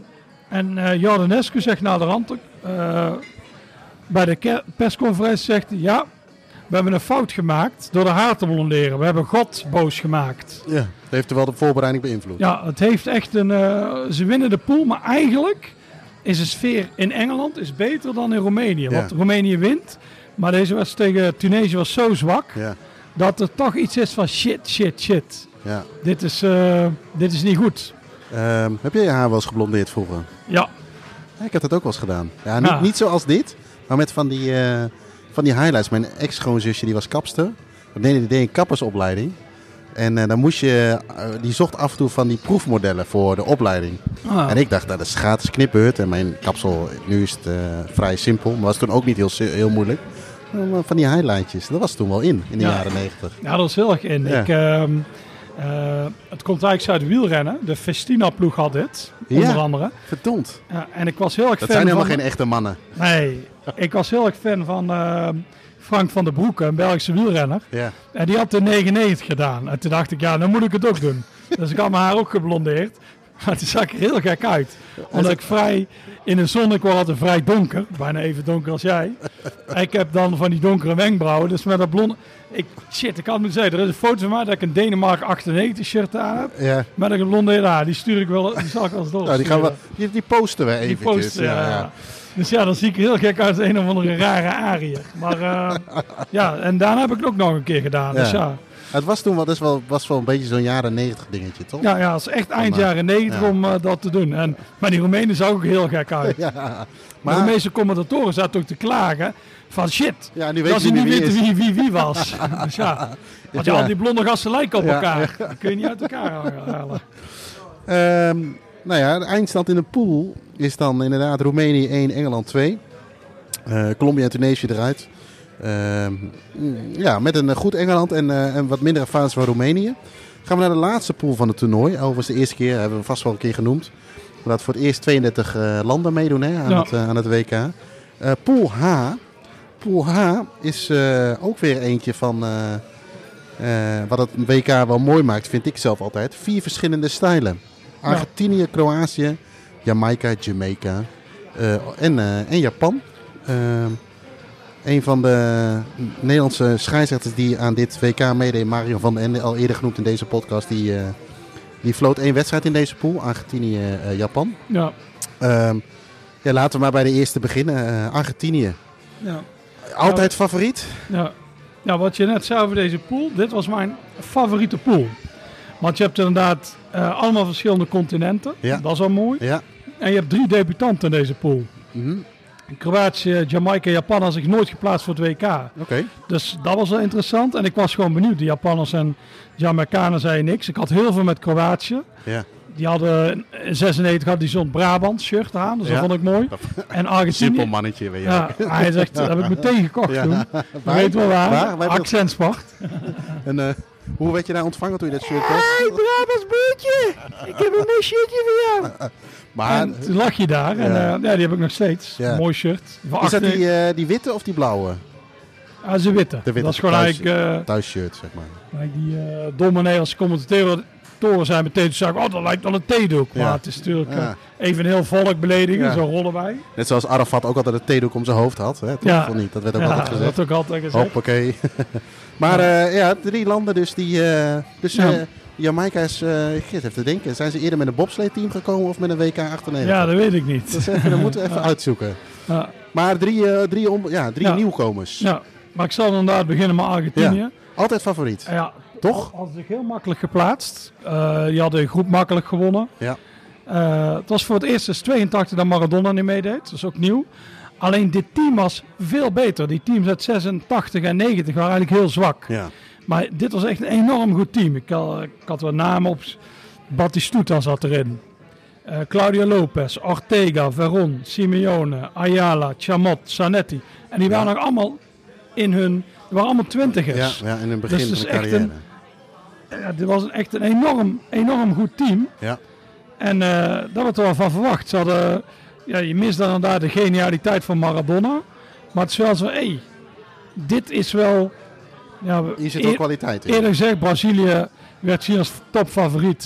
En uh, Jordanescu zegt naar de rand, uh, bij de ke- persconferentie zegt hij, ja, we hebben een fout gemaakt door de haar te blonderen. We hebben God boos gemaakt. Ja, dat heeft er wel de voorbereiding beïnvloed. Ja, het heeft echt een, uh, ze winnen de pool, maar eigenlijk is de sfeer in Engeland is beter dan in Roemenië. Ja. Want Roemenië wint, maar deze wedstrijd tegen Tunesië was zo zwak, ja. dat er toch iets is van shit, shit, shit. Ja. Dit is, uh, dit is niet goed. Um, heb jij je haar wel eens geblondeerd vroeger? Ja. ja ik heb dat ook wel eens gedaan. Ja, niet, ja. niet zoals dit, maar met van die, uh, van die highlights. Mijn ex-schoonzusje die was kapster. Die deed, die deed een kappersopleiding. En uh, dan moest je, uh, die zocht af en toe van die proefmodellen voor de opleiding. Ah. En ik dacht, dat is gratis knipbeurt. En mijn kapsel, nu is het uh, vrij simpel. Maar was toen ook niet heel, heel moeilijk. Uh, van die highlightjes, dat was toen wel in, in de ja. jaren negentig. Ja, dat was heel erg in. Ja. Ik... Uh, Uh, het komt eigenlijk uit wielrennen. De Festina-ploeg had dit, onder ja, andere. Verdomd. Ja, en ik was heel erg dat fan zijn helemaal van... geen echte mannen. Nee, ik was heel erg fan van uh, Frank van der Broeke, een Belgische wielrenner. Ja. En die had de negenennegentig gedaan. En toen dacht ik, ja, dan moet ik het ook doen. Dus ik had mijn haar ook geblondeerd. Maar toen zag ik er heel gek uit. Omdat ik vrij in de zon, ik was altijd vrij donker. Bijna even donker als jij. Ik heb dan van die donkere wenkbrauwen. Dus met dat blonde... Ik, shit, ik had moeten zeggen, er is een foto van mij dat ik een Denemarken achtennegentig shirt aan heb. Ja. Met een blonde haar. Die stuur ik wel, die zal ik wel eens door. Nou, die, gaan we, die, die posten we eventjes. Die posten, ja, ja. ja. Dus ja, dan zie ik er heel gek uit, een of andere rare Ariër. Maar uh, ja, en daarna heb ik het ook nog een keer gedaan. Ja. Dus ja. Het was toen wel, dus wel, was wel een beetje zo'n jaren negentig dingetje, toch? Ja, ja, het is echt eind jaren negentig ja. om uh, dat te doen. En, maar die Roemenen zag ook heel gek uit. Ja, maar de meeste commentatoren zaten ook te klagen van shit, ja, nu weet dat je ze niet wie weten wie, wie wie was. Dus ja, want ja, al die blonde gasten lijken op elkaar. Ja, ja. Dat kun je niet uit elkaar halen. Um, nou ja, de eindstand in de pool is dan inderdaad Roemenië één, Engeland twee. Uh, Colombia en Tunesië eruit. Uh, ja, met een goed Engeland en, uh, en wat mindere fans van Roemenië. Gaan we naar de laatste pool van het toernooi. Overigens de eerste keer, hebben we vast wel een keer genoemd. Dat voor het eerst tweeëndertig uh, landen meedoen hè, aan, ja. het, uh, aan het W K. Uh, pool H. Pool H is uh, ook weer eentje van... Uh, uh, wat het W K wel mooi maakt, vind ik zelf altijd. Vier verschillende stijlen. Argentinië, ja. Kroatië, Jamaica, Jamaica uh, en, uh, en Japan. Uh, Een van de Nederlandse scheidsrechters die aan dit W K meedeed, Mario van den Ende, al eerder genoemd in deze podcast, die, uh, die floot één wedstrijd in deze pool, Argentinië, uh, Japan. Ja. Uh, ja, laten we maar bij de eerste beginnen. Uh, Argentinië. Ja. Altijd ja, favoriet? Ja. ja, wat je net zei over deze pool, dit was mijn favoriete pool. Want je hebt inderdaad uh, allemaal verschillende continenten, ja. dat is al mooi. Ja. En je hebt drie debutanten in deze pool. Mm-hmm. Kroatië, Jamaica en Japan had zich nooit geplaatst voor het W K. Okay. Dus dat was wel interessant. En ik was gewoon benieuwd. De Japanners en Jamaicanen zeiden niks. Ik had heel veel met Kroatië. Ja. Die hadden in zesennegentig had die zo'n Brabant shirt aan. Dus ja. dat vond ik mooi. En Argentinië. Simpel mannetje. Weet je. Ja, hij zegt, dat heb ik meteen gekocht ja. toen. Je weet wel waar. waar? Accentsport. En uh, hoe werd je daar ontvangen toen je dat shirt had? Hey, Brabants boertje. Ik heb een mooi shirtje voor jou. Maar en toen lag je daar en ja. Uh, ja, die heb ik nog steeds. Ja. Mooi shirt. Is dat die, uh, die witte of die blauwe? Ah, ze witte. De witte. Dat is gewoon thuis, eigenlijk... Uh, thuisshirt, zeg maar. Die uh, domme Nederlandse commentatoren zijn meteen te zeggen, oh, dat lijkt wel een theedoek. Ja. Maar het is natuurlijk uh, ja. even een heel volk beledigen, ja. zo rollen wij. Net zoals Arafat ook altijd een theedoek om zijn hoofd had. Hè? Toch ja. niet? Dat werd ook ja, altijd gezegd. dat werd ook altijd gezegd. Hoppakee. Maar ja. Uh, ja, drie landen dus die... Uh, dus, ja. uh, Jamaica is, uh, ik zit even te denken, zijn ze eerder met een bobsleeteam gekomen of met een W K achtennegentig? Ja, dat weet ik niet. Dat, even, dat moeten we even ja. uitzoeken. Ja. Maar drie, uh, drie, om, ja, drie ja. nieuwkomers. Ja, maar ik zal inderdaad beginnen met Argentinië. Ja. Altijd favoriet. Ja, toch? Hadden zich heel makkelijk geplaatst. Uh, die hadden de groep makkelijk gewonnen. Ja. Uh, het was voor het eerst sinds tweeëntachtig dat Maradona niet meedeed. Dat is ook nieuw. Alleen dit team was veel beter. Die teams uit zesentachtig en negentig waren eigenlijk heel zwak. Ja. Maar dit was echt een enorm goed team. Ik had, ik had wel namen op. Batistuta zat erin. Uh, Claudio Lopez, Ortega, Veron, Simeone, Ayala, Chamot, Zanetti. En die waren ja. nog allemaal in hun... Die waren allemaal twintigers. Ja, ja in het begin dus van de carrière. Een, ja, dit was echt een enorm, enorm goed team. Ja. En uh, daar werd er wel van verwacht. Ze hadden, ja, je mist dan inderdaad de genialiteit van Maradona. Maar het is wel zo, hé, hey, dit is wel... Ja, Hier zit wel kwaliteit in. Eerder gezegd, Brazilië werd gezien als topfavoriet.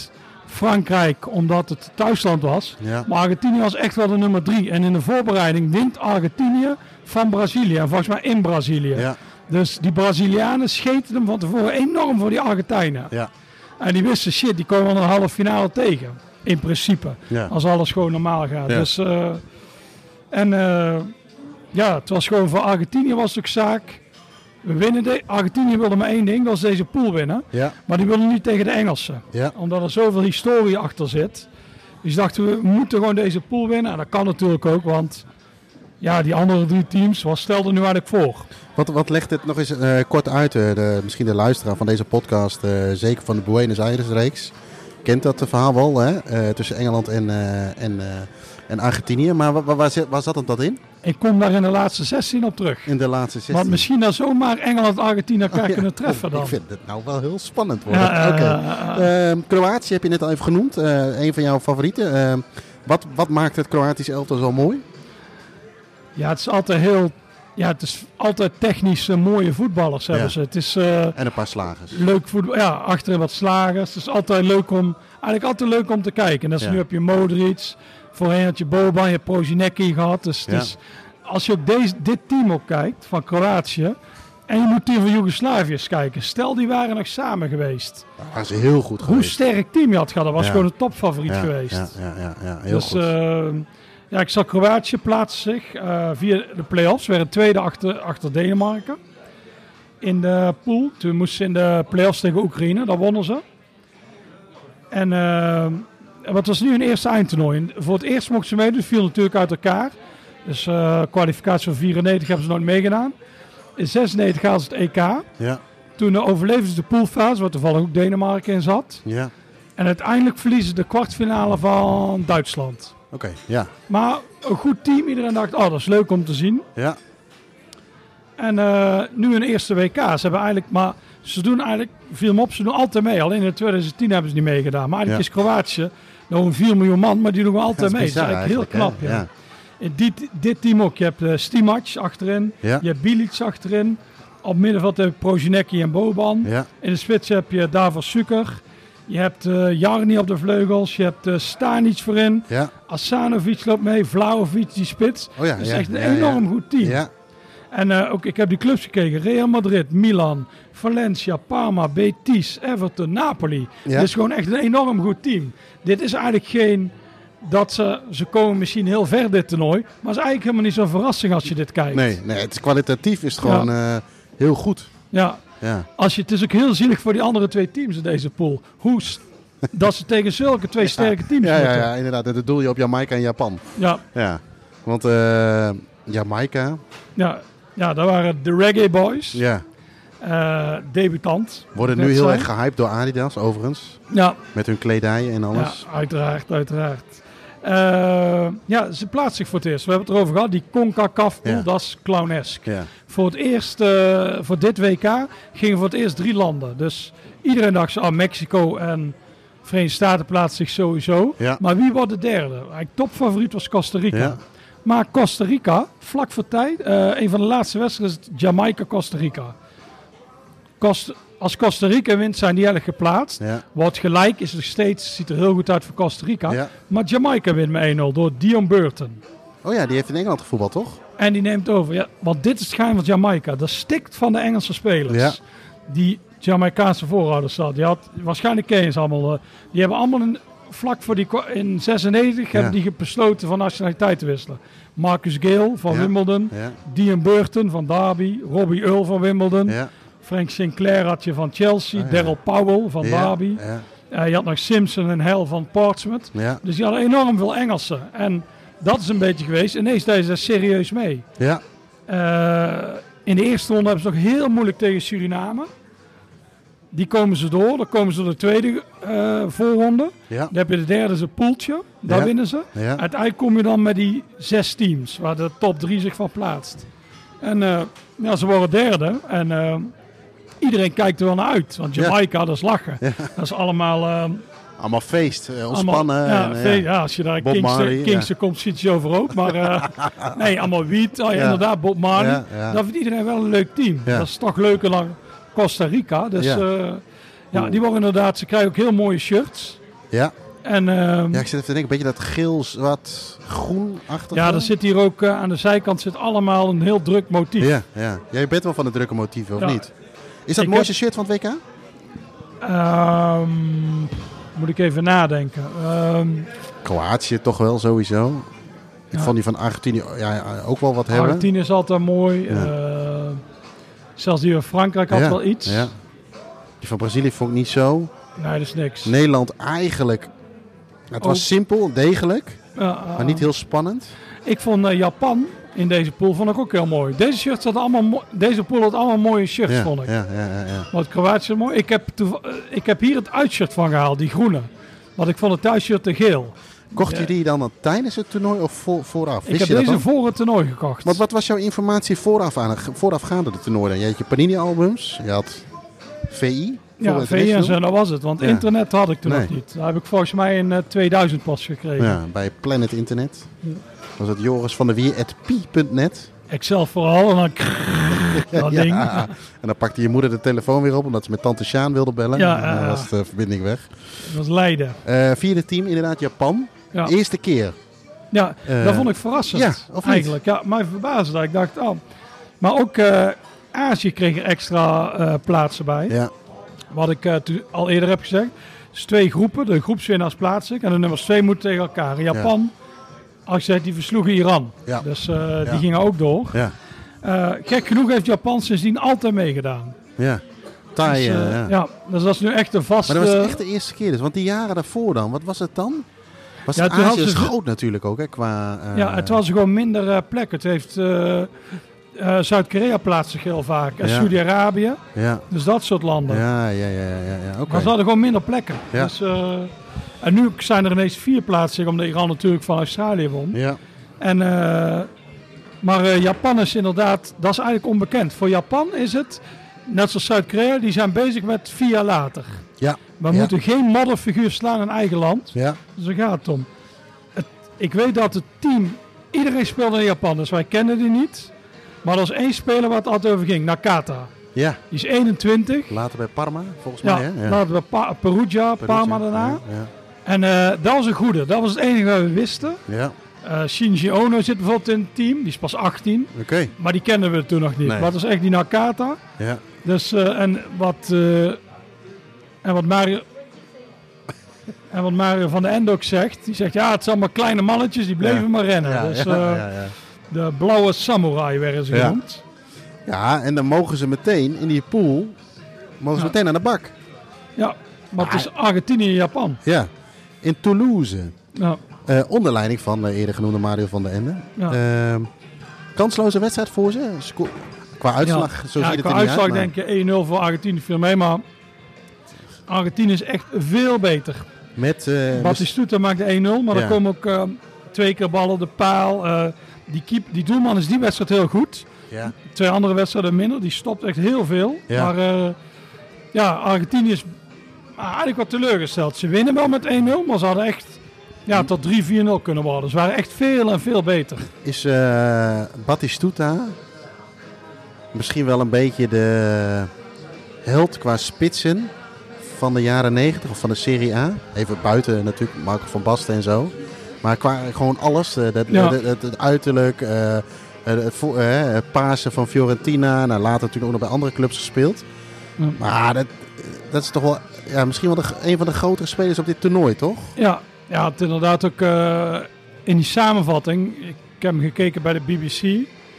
Frankrijk, omdat het thuisland was. Ja. Maar Argentinië was echt wel de nummer drie. En in de voorbereiding wint Argentinië van Brazilië. En volgens mij in Brazilië. Ja. Dus die Brazilianen scheten hem van tevoren enorm voor die Argentijnen. Ja. En die wisten, shit, die komen in de halve finale tegen. In principe. Ja. Als alles gewoon normaal gaat. Ja. Dus, uh, en uh, ja, het was gewoon voor Argentinië was het ook zaak. We winnen de, Argentinië wilde maar één ding, dat was deze pool winnen. Ja. Maar die wilden niet tegen de Engelsen. Ja. Omdat er zoveel historie achter zit. Dus dachten we, we moeten gewoon deze pool winnen. En dat kan natuurlijk ook, want ja, die andere drie teams, wat stelden nu eigenlijk voor? Wat, wat legt het nog eens uh, kort uit? Uh, de, misschien de luisteraar van deze podcast, uh, zeker van de Buenos Aires reeks, kent dat uh, verhaal wel, hè? Uh, tussen Engeland en, uh, en, uh, en Argentinië. Maar waar, waar, waar, zit, waar zat het dat in? Ik kom daar in de laatste zestien op terug. In de laatste zestien. Want misschien dat zomaar Engeland en Argentinië elkaar oh, ja. kunnen treffen dan. Ik vind het nou wel heel spannend worden. Ja, uh, okay. uh, uh, Kroatië heb je net al even genoemd. Uh, een van jouw favorieten. Uh, wat, wat maakt het Kroatisch elftal zo mooi? Ja, het is altijd heel... Ja, het is altijd technisch uh, mooie voetballers hebben ja. ze. Het is uh, en een paar slagers. Leuk voetbal. Ja, achterin wat slagers. Het is altijd leuk om... Eigenlijk altijd leuk om te kijken. En dat is ja. nu heb je Modric. Voorheen had je Boban, je hebt Prozinecki gehad. Dus, ja. dus als je op deze, dit team ook kijkt, van Kroatië... En je moet het team van Joegoslavië eens kijken. Stel, die waren nog samen geweest. Dat is heel goed Hoe geweest. sterk team je had gehad. Dat was ja. gewoon een topfavoriet ja, geweest. Ja, ja, ja, ja. heel dus, goed. Uh, ja, ik zag Kroatië plaatsen zich uh, via de play-offs. We werden tweede achter, achter Denemarken. In de pool. Toen moesten ze in de play-offs tegen Oekraïne. Dat wonnen ze. En uh, wat was nu een eerste eindtoernooi. Voor het eerst mochten ze meedoen. Het viel natuurlijk uit elkaar. Dus uh, kwalificatie van vierennegentig hebben ze nooit meegedaan. In zesennegentig hadden ze het E K. Ja. Toen overleefden ze de poolfase, waar toevallig ook Denemarken in zat. Ja. En uiteindelijk verliezen ze de kwartfinale van Duitsland. Oké, okay, ja. Maar een goed team. Iedereen dacht, oh, dat is leuk om te zien. Ja. En uh, nu een eerste W K. Ze hebben eigenlijk, maar ze doen eigenlijk, viel me op, ze doen altijd mee. Alleen in twintig tien hebben ze niet meegedaan. Maar eigenlijk ja. is Kroatië nog een vier miljoen man, maar die doen altijd mee. Dat is eigenlijk, eigenlijk heel knap, ja. ja. In dit, dit team ook. Je hebt uh, Stimac achterin. Ja. Je hebt Bilic achterin. Op middenveld heb je Prozinecki en Boban. Ja. In de spits heb je Davor Suker. Je hebt uh, Jarni op de vleugels. Je hebt uh, Stanic voorin. Ja. Asanovic loopt mee. Vlahovic die spits. Oh ja, dat is ja, echt een ja, enorm ja. goed team. Ja. En uh, ook, ik heb die clubs gekeken. Real Madrid, Milan, Valencia, Parma, Betis, Everton, Napoli. Ja. Dit is gewoon echt een enorm goed team. Dit is eigenlijk geen... Dat ze, ze komen misschien heel ver dit toernooi. Maar het is eigenlijk helemaal niet zo'n verrassing als je dit kijkt. Nee, nee het is kwalitatief is het gewoon ja. uh, heel goed. Ja. ja. Als je, het is ook heel zielig voor die andere twee teams in deze pool. Hoe dat ze tegen zulke twee sterke teams ja, moeten. Ja, ja, inderdaad. Dat doel je op Jamaica en Japan. Ja. ja. Want uh, Jamaica... Ja, ja, daar waren de Reggae Boys. Ja. Uh, debutant. Worden nu heel zijn. erg gehyped door Adidas, overigens. Ja. Met hun kledij en alles. Ja, uiteraard, uiteraard. Uh, ja, ze plaatst zich voor het eerst. We hebben het erover gehad. Die CONCACAF pool, ja. dat is clownesk. Ja. Voor het eerst, uh, voor dit W K, gingen voor het eerst drie landen. Dus iedereen dacht zo, oh, Mexico en Verenigde Staten plaatsen zich sowieso. Ja. Maar wie wordt de derde? Eigenlijk topfavoriet was Costa Rica. Ja. Maar Costa Rica, vlak voor tijd, uh, een van de laatste wedstrijden is Jamaica-Costa Rica. Costa, als Costa Rica wint, zijn die eigenlijk geplaatst. Ja. Wordt gelijk, is er steeds, ziet er heel goed uit voor Costa Rica. Ja. Maar Jamaica wint met één nul door Dion Burton. Oh ja, die heeft in Engeland gevoetbald, toch? En die neemt over. Ja, want dit is het geheim van Jamaica. Dat stikt van de Engelse spelers. Ja. Die Jamaicaanse voorouders hadden. Die had, waarschijnlijk ken je ze allemaal. Uh, die hebben allemaal een, vlak voor die in zesennegentig ja. hebben die besloten van nationaliteit te wisselen. Marcus Gale van ja. Wimbledon. Ja. Dion Burton van Derby. Robbie Earle van Wimbledon. Ja. Frank Sinclair had je van Chelsea. Oh, ja. Daryl Powell van ja. Derby. Ja. Uh, je had nog Simpson en Hell van Portsmouth. Ja. Dus die hadden enorm veel Engelsen. En dat is een beetje geweest. Ineens deden ze daar serieus mee. Ja. Uh, in de eerste ronde hebben ze nog heel moeilijk tegen Suriname. Die komen ze door. Dan komen ze door de tweede uh, voorronde. Ja. Dan heb je de derde, zijn poeltje. Daar ja. winnen ze. Ja. Uiteindelijk kom je dan met die zes teams. Waar de top drie zich van plaatst. En uh, ja, ze worden derde. En uh, iedereen kijkt er wel naar uit. Want Jamaica, ja. dat is lachen. Ja. Dat is allemaal... Uh, Allemaal feest, uh, ontspannen. Allemaal, ja, en, fe- ja. ja, als je daar Kingston, Kingston ja. komt, ziet je over ook. Maar uh, nee, allemaal wiet. Oh, ja, ja. Inderdaad, Bob Marley. Ja, ja. Dat vindt iedereen wel een leuk team. Ja. Dat is toch leuker dan Costa Rica. Dus ja, uh, ja die worden inderdaad, ze krijgen ook heel mooie shirts. Ja. En, um, ja, ik zit even te denken, een beetje dat geel, zwart, groen-achtig. Ja, er zit hier ook uh, aan de zijkant zit allemaal een heel druk motief. Ja, ja. Jij bent wel van de drukke motieven, of ja. niet? Is dat het mooiste heb... shirt van het W K? Um, moet ik even nadenken. Um, Kroatië toch wel, sowieso. Ik ja. vond die van Argentinië ja, ook wel wat hebben. Argentinië is altijd mooi. Ja. Uh, zelfs die van Frankrijk had ja. wel iets. Ja. Die van Brazilië vond ik niet zo. Nee, dat is niks. Nederland eigenlijk... Het was oh. simpel, degelijk. Uh, uh, maar niet heel spannend. Ik vond uh, Japan in deze pool vond ik ook heel mooi. Deze shirts hadden allemaal mo- deze pool had allemaal mooie shirts, ja, vond ik. Ja, ja, ja, ja. Maar het Kroatië is mooi. Ik heb, toev- uh, ik heb hier het uitshirt van gehaald, die groene. Want ik vond het thuisshirt te geel. Kocht je die dan, dan tijdens het toernooi of voor, vooraf? Wist ik heb deze dan? voor het toernooi gekocht. Wat, wat was jouw informatie vooraf aan, voorafgaande het toernooi dan? Je had je Panini-albums, je had V I. Ja, V I en zo, dat was het. Want ja. internet had ik toen nee. nog niet. Dat heb ik volgens mij in uh, tweeduizend pas gekregen. Ja, bij Planet Internet. Ja. Was het Joris van der Wier at pi punt net. Ik zelf vooral. En dan, dat ja. ding. En dan pakte je moeder de telefoon weer op omdat ze met tante Sjaan wilde bellen. Ja, en dan uh, was de verbinding weg. Dat was Leiden. Uh, vierde team, inderdaad, Japan. Ja. Eerste keer. Ja, uh, dat vond ik verrassend. Ja, of eigenlijk. Ja, mij verbaasde dat. Ik dacht, oh. Maar ook uh, Azië kreeg er extra uh, plaatsen bij. Ja. Wat ik uh, tu- al eerder heb gezegd. Dus twee groepen. De groepswinnaars plaats ik. En de nummers twee moeten tegen elkaar. Japan, ja. als je zegt, die versloegen Iran. Ja. Dus uh, ja. die gingen ook door. Ja. Uh, gek genoeg heeft Japan sindsdien altijd meegedaan. Ja. Thai, dus, uh, ja. ja. Dus dat is nu echt een vaste... Maar dat was echt de eerste keer dus. Want die jaren daarvoor dan, wat was het dan? Was ja, Azië is groot natuurlijk ook, hè? Qua, uh... Ja, het was gewoon minder uh, plekken. Het heeft... Uh, Uh, Zuid-Korea plaatst zich heel vaak. En ja. Saudi-Arabië. Ja. Dus dat soort landen. Ja, ja, ja. ja, ja. Okay. Maar ze hadden gewoon minder plekken. Ja. Dus, uh, en nu zijn er ineens vier plaatsen. Omdat Iran natuurlijk van Australië won. Ja. En, uh, maar uh, Japan is inderdaad... Dat is eigenlijk onbekend. Voor Japan is het... Net zoals Zuid-Korea. Die zijn bezig met vier jaar later. Ja. We ja. moeten geen modderfiguur slaan in eigen land. Ja. Dus daar gaat het om. Het, ik weet dat het team... Iedereen speelde in Japan. Dus wij kennen die niet. Maar er was één speler waar het altijd over ging, Nakata. Ja. Die is eenentwintig. Later bij Parma, volgens ja, mij. Hè? Ja, later bij pa- Perugia, Perugia, Parma daarna. Ja, ja. En uh, dat was een goede. Dat was het enige wat we wisten. Ja. Uh, Shinji Ono zit bijvoorbeeld in het team. Die is pas achttien. Oké. Okay. Maar die kenden we toen nog niet. Nee. Maar het was echt die Nakata. Ja. Dus, uh, en wat... Uh, en wat Mario... en wat Mario van de End ook zegt. Die zegt, ja, het zijn allemaal kleine mannetjes. Die bleven ja. maar rennen. Ja, dus... ja, Uh, ja, ja. De blauwe samurai werden ze ja. genoemd. Ja, en dan mogen ze meteen in die pool mogen ze ja. meteen aan de bak. Ja, maar het is Argentinië en Japan. Ja, in Toulouse. Ja. Uh, onder leiding van de eerder genoemde Mario van der Ende. Ja. Uh, kansloze wedstrijd voor ze. Sco- qua uitslag, ja. zo ja, ziet het qua er niet uitslag uit. denk je één nul voor Argentinië viel mee, maar Argentinië is echt veel beter. Met uh, Batistuta maakt de één nul, maar ja. er komen ook uh, twee keer ballen op de paal. Uh, die, keep, die doelman is die wedstrijd heel goed. Ja. Twee andere wedstrijden minder. Die stopt echt heel veel. Ja. Maar uh, ja, Argentinië is eigenlijk wat teleurgesteld. Ze winnen wel met één nul, maar ze hadden echt ja, tot drie vier nul kunnen worden. Ze waren echt veel en veel beter. Is uh, Batistuta misschien wel een beetje de held qua spitsen van de jaren negentig of van de Serie A? Even buiten natuurlijk Marco van Basten en zo. Maar qua gewoon alles. Uh, dat, ja. het, het, het uiterlijk, uh, het, het, uh, het Pasen van Fiorentina. Nou, later natuurlijk ook nog bij andere clubs gespeeld. Ja. Maar dat, dat is toch wel ja, misschien wel de, een van de grotere spelers op dit toernooi, toch? Ja, ja het inderdaad ook uh, in die samenvatting. Ik heb hem gekeken bij de B B C uh,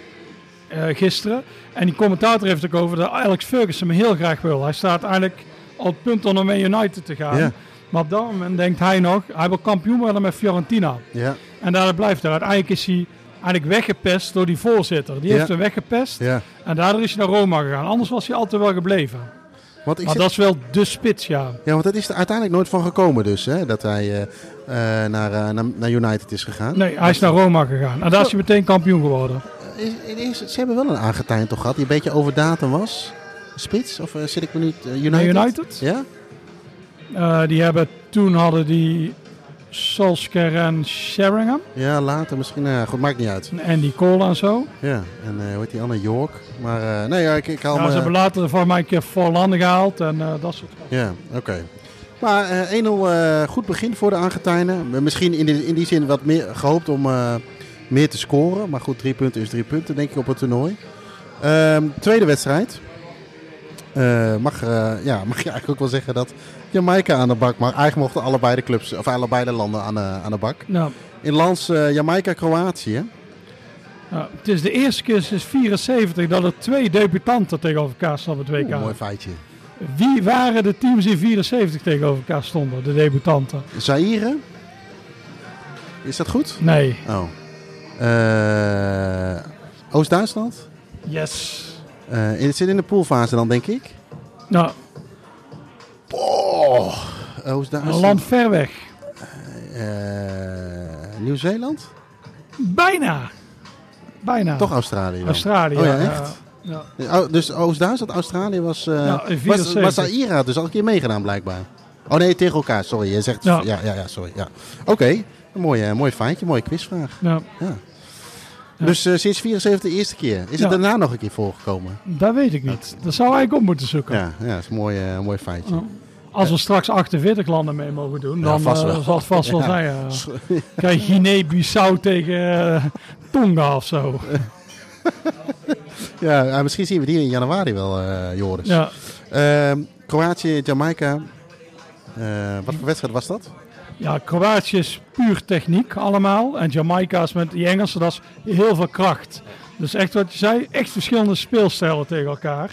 gisteren. En die commentator heeft het ook over dat Alex Ferguson me heel graag wil. Hij staat eigenlijk op het punt om naar Man United te gaan. Ja. Maar op dat moment denkt hij nog, hij wil kampioen worden met Fiorentina. Ja. En daar blijft hij. Uiteindelijk is hij eigenlijk weggepest door die voorzitter. Die ja. heeft hem weggepest. Ja. En daardoor is hij naar Roma gegaan. Anders was hij altijd wel gebleven. Want ik maar zit... dat is wel de spits, ja. Ja, want dat is er uiteindelijk nooit van gekomen dus, hè? Dat hij uh, uh, naar, uh, naar, naar United is gegaan. Nee, hij is naar Roma gegaan. En daar is hij meteen kampioen geworden. Is, is, ze hebben wel een Argentijn toch gehad, die een beetje over datum was? Spits? Of uh, zit ik me niet... Uh, United? United? Ja? Uh, die hebben toen hadden die Solskjaer en Sheringham. Ja, later misschien. Nou ja, goed, maakt niet uit. En die Cole en zo. Ja, en uh, hoe heet die andere? York. Maar uh, nee, ja, ik, ik haal ja, me... ze hebben later voor mij een keer Forlan gehaald en uh, dat soort dingen. Ja, oké. Okay. Maar uh, één nul uh, goed begin voor de Argentijnen. Misschien in, de, in die zin wat meer gehoopt om uh, meer te scoren. Maar goed, drie punten is drie punten denk ik op het toernooi. Uh, tweede wedstrijd. Uh, mag, uh, ja, mag je eigenlijk ook wel zeggen dat Jamaica aan de bak mag. Eigenlijk mochten allebei de clubs, of allebei de landen aan de, aan de bak. Ja. In lands uh, Jamaica-Kroatië. Ja, het is de eerste keer sinds vierenzeventig dat er twee debutanten tegenover elkaar stonden op het W K. Oeh, mooi feitje. Wie waren de teams in vierenzeventig tegenover elkaar stonden, de debutanten? Zaire? Is dat goed? Nee. Oh. Uh, Oost-Duitsland? Yes. Uh, het zit in de poolfase dan, denk ik. Nou. Oh. Oost-Duitsland. Een land ver weg. Uh, Nieuw-Zeeland? Bijna. Bijna. Toch Australië dan? Australië. Oh ja, echt? Ja. Ja. Dus Oost-Duitsland, Australië was... Uh, ja, was maar Zaire had dus al een keer meegedaan blijkbaar. Oh nee, tegen elkaar. Sorry, je zegt... Ja, ja, ja, ja sorry. Ja. Oké, okay. een mooi, uh, mooi feitje, mooie quizvraag. Ja. ja. Ja. Dus uh, sinds vierenzeventig de eerste keer. Is ja. het daarna nog een keer voorgekomen? Dat weet ik niet. Dat zou eigenlijk op moeten zoeken. Ja, ja dat is een mooi, uh, mooi feitje. Ja. Als we straks achtenveertig landen mee mogen doen, dan ja, uh, zal het vast wel ja. zijn. Ja. Kijk, Guinea-Bissau tegen uh, Tonga of zo. Ja, uh, misschien zien we die in januari wel, uh, Joris. Ja. Uh, Kroatië, Jamaica. Uh, wat voor wedstrijd was dat? Ja, Kroatië is puur techniek allemaal. En Jamaica is met die Engelsen, dat is heel veel kracht. Dus echt wat je zei, echt verschillende speelstijlen tegen elkaar.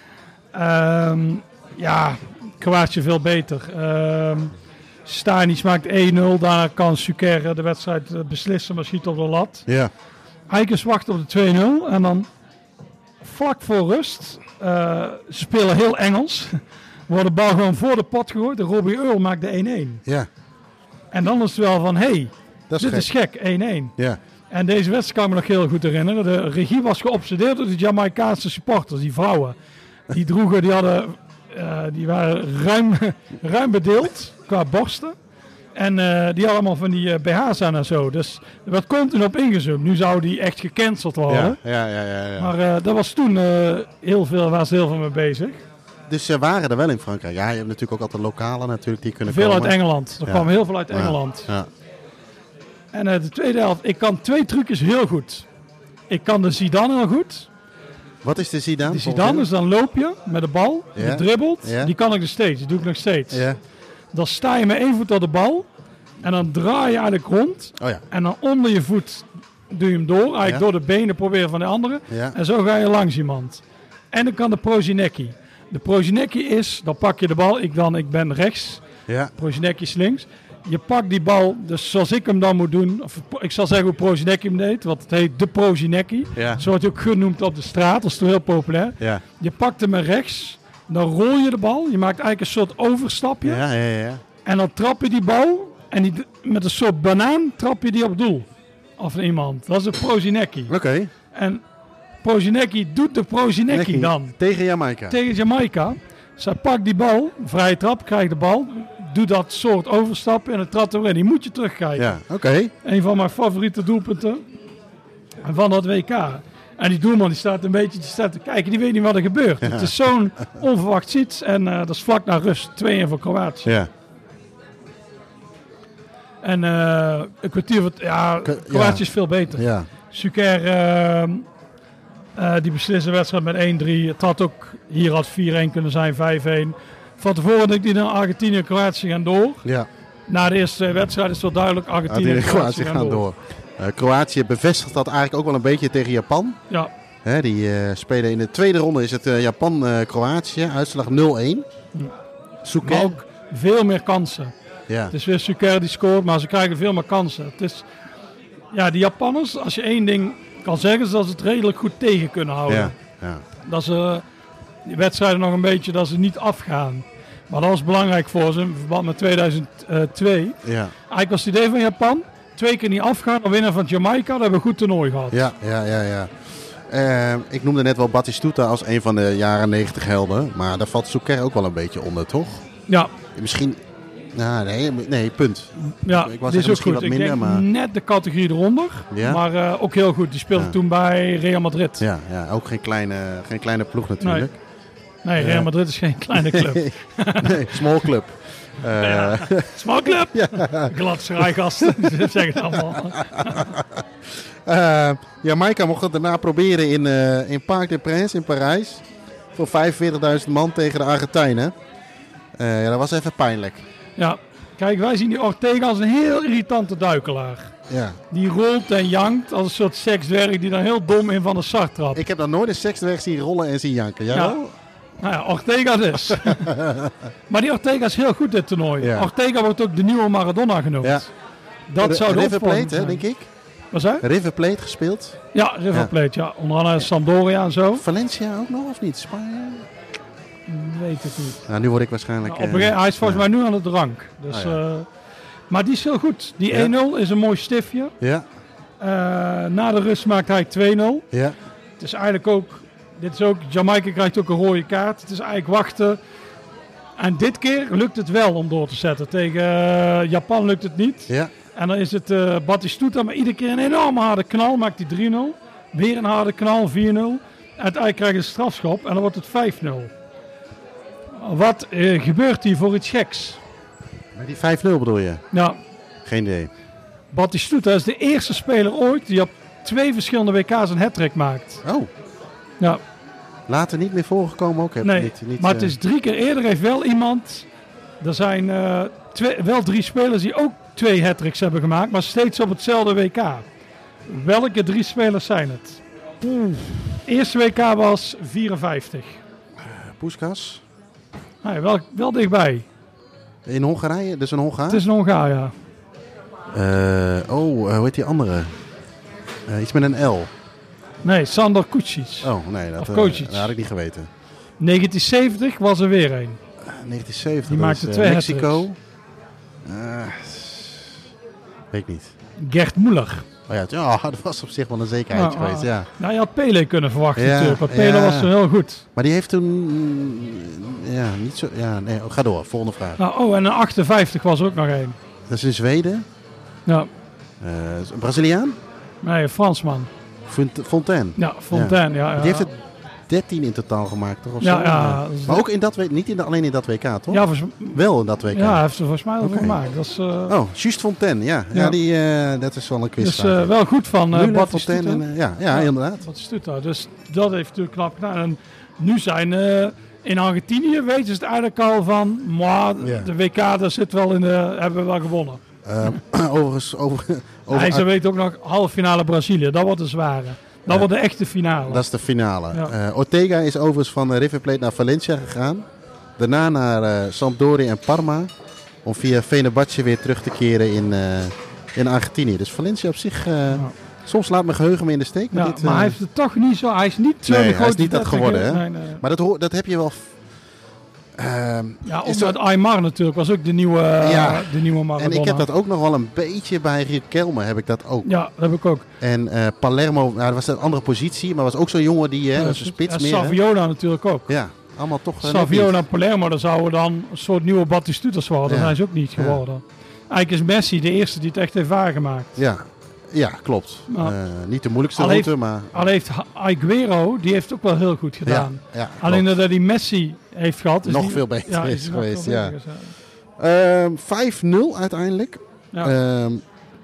Um, ja, Kroatië veel beter. Um, Stanic maakt één nul, daarna kan Suker de wedstrijd beslissen, maar schiet op de lat. Ja. Eikens wacht op de twee nul en dan vlak voor rust, uh, ze spelen heel Engels, wordt de bal gewoon voor de pot gegooid. De Robbie Earl maakt de één één. Ja. En dan is het wel van, hé, hey, dit gek. is gek, één één. Ja. En deze wedstrijd kan ik me nog heel goed herinneren. De regie was geobsedeerd door de Jamaicaanse supporters, die vrouwen. Die droegen, die hadden, uh, die waren ruim, ruim bedeeld qua borsten. En uh, die hadden allemaal van die uh, B H's aan en zo. Dus er werd continu op ingezoomd. Nu zou die echt gecanceld worden. Ja, ja, ja. ja, ja. Maar uh, dat was toen uh, heel veel, waar ze heel veel mee bezig. Dus ze waren er wel in Frankrijk. Ja, je hebt natuurlijk ook altijd lokalen natuurlijk die kunnen veel komen. Veel uit Engeland. Er ja. kwam heel veel uit Engeland. Ja. Ja. En uh, de tweede helft, ik kan twee trucjes heel goed. Ik kan de Zidane heel goed. Wat is de Zidane? De Zidane is dan loop je met de bal, ja. je dribbelt. Ja. Die kan ik nog steeds, die doe ik nog steeds. Ja. Dan sta je met één voet op de bal. En dan draai je eigenlijk rond. Oh ja. En dan onder je voet doe je hem door. Eigenlijk ja. door de benen proberen van de andere. Ja. En zo ga je langs iemand. En dan kan de Prosinecki. De Prosinecki is, dan pak je de bal. Ik dan, ik ben rechts. Ja. Prosinecki is links. Je pakt die bal, dus zoals ik hem dan moet doen. Of ik zal zeggen hoe Prosinecki hem deed. Want het heet de Prosinecki. Ja. Zo wordt hij ook genoemd op de straat. Dat is toch heel populair. Ja. Je pakt hem met rechts. Dan rol je de bal. Je maakt eigenlijk een soort overstapje. Ja, ja, ja. En dan trap je die bal. En die, met een soort banaan trap je die op doel. Of iemand. Dat is de Prosinecki. Oké. Okay. En Prosinecki doet de Prosinecki dan. Tegen Jamaica. Tegen Jamaica. Zij pakt die bal. Vrije trap. Krijgt de bal. Doet dat soort overstappen. En dan trapt erin. Die moet je terugkijken. Ja, oké. Okay. Een van mijn favoriete doelpunten. Van dat W K. En die doelman die staat een beetje die staat te kijken. Die weet niet wat er gebeurt. Ja. Het is zo'n onverwacht iets. En uh, dat is vlak na rust. twee één voor Kroatië. Ja. En uh, een kwartier van... Ja, Kroatië is veel beter. Ja. Suker, uh, uh, die besliste wedstrijd met één drie. Het had ook hier had vier één kunnen zijn, vijf één. Van tevoren denk ik naar Argentinië en Kroatië gaan door. Ja. Na de eerste wedstrijd is het wel duidelijk. Argentinië en Kroatië gaan, gaan door. door. Uh, Kroatië bevestigt dat eigenlijk ook wel een beetje tegen Japan. Ja. Hè, die uh, spelen in de tweede ronde is het uh, Japan-Kroatië. Uh, uitslag nul één. Hm. Maar ook veel meer kansen. Ja. Het is weer Suker die scoort, maar ze krijgen veel meer kansen. Het is, ja, die Japanners, als je één ding kan zeggen, is dat ze het redelijk goed tegen kunnen houden. Ja. Ja. Dat ze die wedstrijden nog een beetje, dat ze niet afgaan. Maar dat was belangrijk voor ze in verband met tweeduizend twee. Ja. Eigenlijk was het idee van Japan, twee keer niet afgaan, dan winnen van Jamaica, dan hebben we een goed toernooi gehad. Ja, ja, ja, ja. Uh, ik noemde net wel Batistuta als een van de jaren negentig helden, maar daar valt Suker ook wel een beetje onder, toch? Ja. Misschien... Nou, nee, nee, punt. Ja, ik was dit is ook goed. Wat ik minder, denk maar... net de categorie eronder, ja? maar uh, ook heel goed. Die speelde ja. toen bij Real Madrid. Ja, ja ook geen kleine, geen kleine ploeg natuurlijk. Nee, Real Madrid is geen kleine club. nee, nee, small club. Uh, ja, small club. Ja. Gladschrijgasten, ze zeggen het allemaal. uh, Jamaica mocht het daarna proberen in, uh, in Parc des Princes in Parijs. Voor vijfenveertigduizend man tegen de Argentijnen. Uh, ja, dat was even pijnlijk. Ja, kijk, wij zien die Ortega als een heel irritante duikelaar. Ja. Die rolt en jankt als een soort seksdwerg die dan heel dom in van de start trapt. Ik heb dan nooit een seksdwerg zien rollen en zien janken. Jij ja. wel? Nou ja, Ortega dus. Maar die Ortega is heel goed dit toernooi. Ja. Ortega wordt ook de nieuwe Maradona genoemd. Ja. Dat R- zou de River Plate, hè, denk ik. Wat zei? River Plate gespeeld. Ja, River ja. Plate, ja. Onder andere Sampdoria en zo. Valencia ook nog, of niet? Spanje? Weet het niet. Nou, nu word ik waarschijnlijk... Nou, uh, hij is volgens ja. mij nu aan de drank. Dus, oh, ja. uh, maar die is heel goed. Die ja. één nul is een mooi stiftje. Ja. Uh, na de rust maakt hij twee nul. Ja. Het is eigenlijk ook... Dit is ook... Jamaica krijgt ook een rode kaart. Het is eigenlijk wachten. En dit keer lukt het wel om door te zetten. Tegen uh, Japan lukt het niet. Ja. En dan is het uh, Batistuta. Maar iedere keer een enorme harde knal. Maakt hij drie nul. Weer een harde knal. vier nul. Uiteindelijk krijg je een strafschop. En dan wordt het vijf nul. Wat uh, gebeurt hier voor iets geks? Met die vijf nul bedoel je? Ja. Geen idee. Batistuta is de eerste speler ooit die op twee verschillende W K's een hat-trick maakt. Oh. Ja. Later niet meer voorgekomen ook? Heb nee, niet, niet, maar uh... het is drie keer eerder heeft wel iemand... Er zijn uh, twee, wel drie spelers die ook twee hat-tricks hebben gemaakt, maar steeds op hetzelfde W K. Welke drie spelers zijn het? Oeh. Eerste W K was vierenvijftig. Uh, Puskas? Nee, wel, wel dichtbij. In Hongarije? Dat is een Hongaar? Het is een Hongaar, ja. Uh, oh, uh, hoe heet die andere? Uh, iets met een L. Nee, Sandor Kucic. Oh, nee, dat, uh, dat had ik niet geweten. negentien zeventig was er weer een. Uh, negentien zeventig, die maakte is, uh, twee Mexico. Uh, weet ik niet. Gert Muller. Oh ja, oh, dat was op zich wel een zekerheid nou, geweest, ja. Nou, je had Pele kunnen verwachten ja, natuurlijk, want Pele ja. was toen heel goed. Maar die heeft toen, ja, niet zo, ja, nee, ga door, volgende vraag. Nou, oh, en een achtenvijftig was er ook nog één. Dat is in Zweden? Ja. Uh, een Braziliaan? Nee, een Fransman. Fontaine? Ja, Fontaine, ja. ja, ja. Die heeft het dertien in totaal gemaakt, toch? Of ja, zo? ja. Maar ook in dat, niet in de, alleen in dat W K, toch? Ja, vers... wel in dat W K. Ja, hij heeft er volgens mij ook okay. gemaakt. Dat is, uh... Oh, Just Fontaine, ja. Ja, ja die, uh, dat is wel een quiz. Dus uh, wel goed van uh, Batistuta. En, uh, ja, ja, ja, inderdaad. Batistuta. Dus dat heeft natuurlijk knap gedaan. En nu zijn uh, in Argentinië, weten ze het eigenlijk al van, maar yeah. de W K, daar zit wel in de, hebben we wel gewonnen. Uh, overigens, over, over Hij, ze weet ook nog halve finale Brazilië. Dat wordt de zware. Dat uh, wordt de echte finale. Dat is de finale. Ja. Uh, Ortega is overigens van uh, River Plate naar Valencia gegaan. Daarna naar uh, Sampdoria en Parma. Om via Fenerbahce weer terug te keren in, uh, in Argentinië. Dus Valencia op zich... Uh, ja. Soms laat mijn geheugen me in de steek. Ja, dit, uh, maar hij heeft het toch niet zo... Hij is niet zo nee, groot. hij is niet dat geworden. Hè? Nee, nee. Maar dat, ho- dat heb je wel... Uh, ja, omdat er... Aymar natuurlijk was ook de nieuwe, ja. de nieuwe Maradona. En ik heb dat ook nog wel een beetje bij Riquelme, heb ik dat ook. Ja, dat heb ik ook. En uh, Palermo, nou, dat was een andere positie, maar was ook zo'n jongen die, hè, ja, dat is een spits ja, meer. Saviola natuurlijk ook. Ja, allemaal toch. Uh, Saviola en Palermo, dan zouden dan een soort nieuwe Batistutas worden. Dat ja. zijn ze ook niet geworden. Ja. Eigenlijk is Messi de eerste die het echt heeft waargemaakt. Ja. Ja, klopt. Uh, niet de moeilijkste al route, heeft, maar... Al heeft Aguero, die heeft ook wel heel goed gedaan. Ja, ja, alleen dat hij Messi heeft gehad... Is nog die, veel beter ja, is, is geweest, ja. Beter, ja. Uh, vijf nul uiteindelijk. Ja. Uh,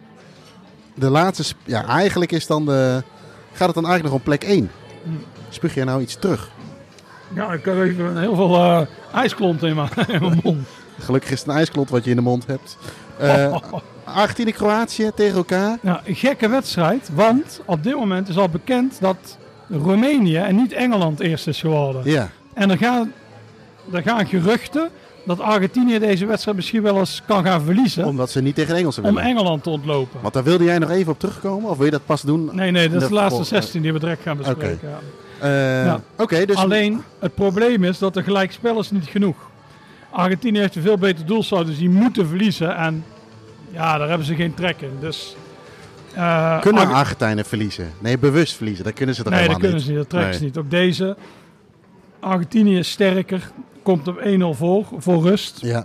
de laatste... Sp- ja, eigenlijk is dan de... Gaat het dan eigenlijk nog om plek één? Hm. Spuug jij nou iets terug? Ja, ik heb even heel veel uh, ijsklont in mijn, in mijn mond. Gelukkig is het een ijsklont wat je in de mond hebt. Uh, Argentinië, Kroatië tegen elkaar. Nou, een gekke wedstrijd, want op dit moment is al bekend dat Roemenië en niet Engeland eerst is geworden. Ja. En er gaan, er gaan geruchten dat Argentinië deze wedstrijd misschien wel eens kan gaan verliezen. Omdat ze niet tegen Engelsen willen. Om Engeland te ontlopen. Want daar wilde jij nog even op terugkomen? Of wil je dat pas doen? Nee, nee, dat is de laatste zestien die we direct gaan bespreken. Okay. Ja. Uh, ja. okay, dus... Alleen, het probleem is dat er gelijkspel is niet genoeg. Argentinië heeft een veel beter doelsaldo, dus die moeten verliezen. En ja, daar hebben ze geen trek in. Dus, uh, kunnen Arge- Argentijnen verliezen? Nee, bewust verliezen. Dat kunnen ze toch nee, helemaal niet? Nee, dat kunnen ze niet. Dat trekken nee. ze niet. Ook deze. Argentinië is sterker. Komt op één nul voor, voor rust. Ja.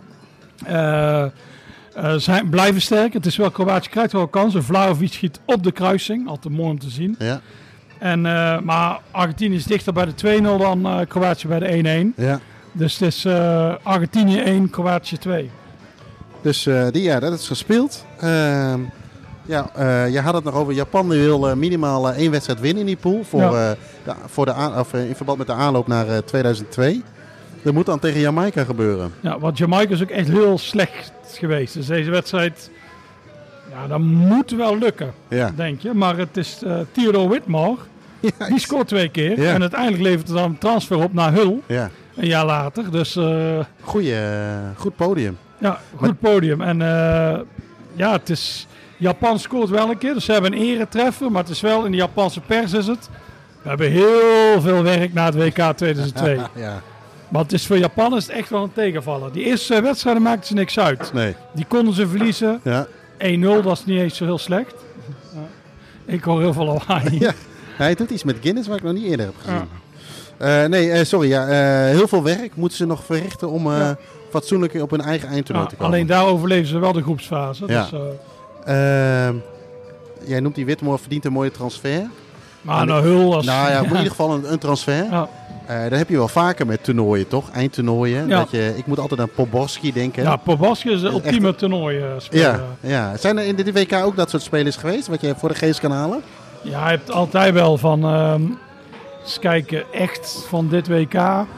Uh, uh, zijn, blijven sterk. Het is wel Kroatië krijgt wel kansen. Vlahovic schiet op de kruising. Altijd mooi om te zien. Ja. En, uh, maar Argentinië is dichter bij de twee nul dan uh, Kroatië bij de één één. Ja. Dus het is uh, Argentinië één, Kroatië twee. Dus uh, die, ja, dat is gespeeld. Uh, ja, uh, je had het nog over Japan. Die wil uh, minimaal uh, één wedstrijd winnen in die pool. Voor, ja. uh, de, voor de aan, of, uh, in verband met de aanloop naar uh, tweeduizend twee. Dat moet dan tegen Jamaica gebeuren. Ja, want Jamaica is ook echt heel slecht geweest. Dus deze wedstrijd, ja, dat moet wel lukken, ja. denk je. Maar het is uh, Theodore Whitmore, ja, die scoort twee keer. Ja. En uiteindelijk levert het dan een transfer op naar Hull, ja. een jaar later. Dus, uh, Goeie, uh, goed podium. Ja, goed maar... podium. En uh, ja, het is... Japan scoort wel een keer, dus ze hebben een eretreffer. Maar het is wel, in de Japanse pers is het... We hebben heel veel werk na het W K tweeduizend twee. Ja. Maar het is voor Japan is het echt wel een tegenvaller. Die eerste wedstrijden maakten ze niks uit. Nee. Die konden ze verliezen. Ja. één nul, dat is niet eens zo heel slecht. Ja. Ik hoor heel veel lawaai. Ja. Hij doet iets met Guinness wat ik nog niet eerder heb gezien. Ja. Uh, nee, uh, sorry. Ja, uh, heel veel werk moeten ze nog verrichten om uh, ja. fatsoenlijk op hun eigen eindtoernooi ja, te komen. Alleen daar overleven ze wel de groepsfase. Ja. Dus, uh... Uh, jij noemt die Whitmore verdient een mooie transfer. Maar naar Hull als... Nou ja, ja. in ieder geval een, een transfer. Ja. Uh, dat heb je wel vaker met toernooien, toch? Eindtoernooien. Ja. Dat je, ik moet altijd aan Poborski denken. Ja, Poborski is de ultieme echt... toernooispeler. Ja, ja. Zijn er in de W K ook dat soort spelers geweest, wat je voor de geest kan halen? Ja, je hebt altijd wel van... Um, eens kijken, echt van dit W K...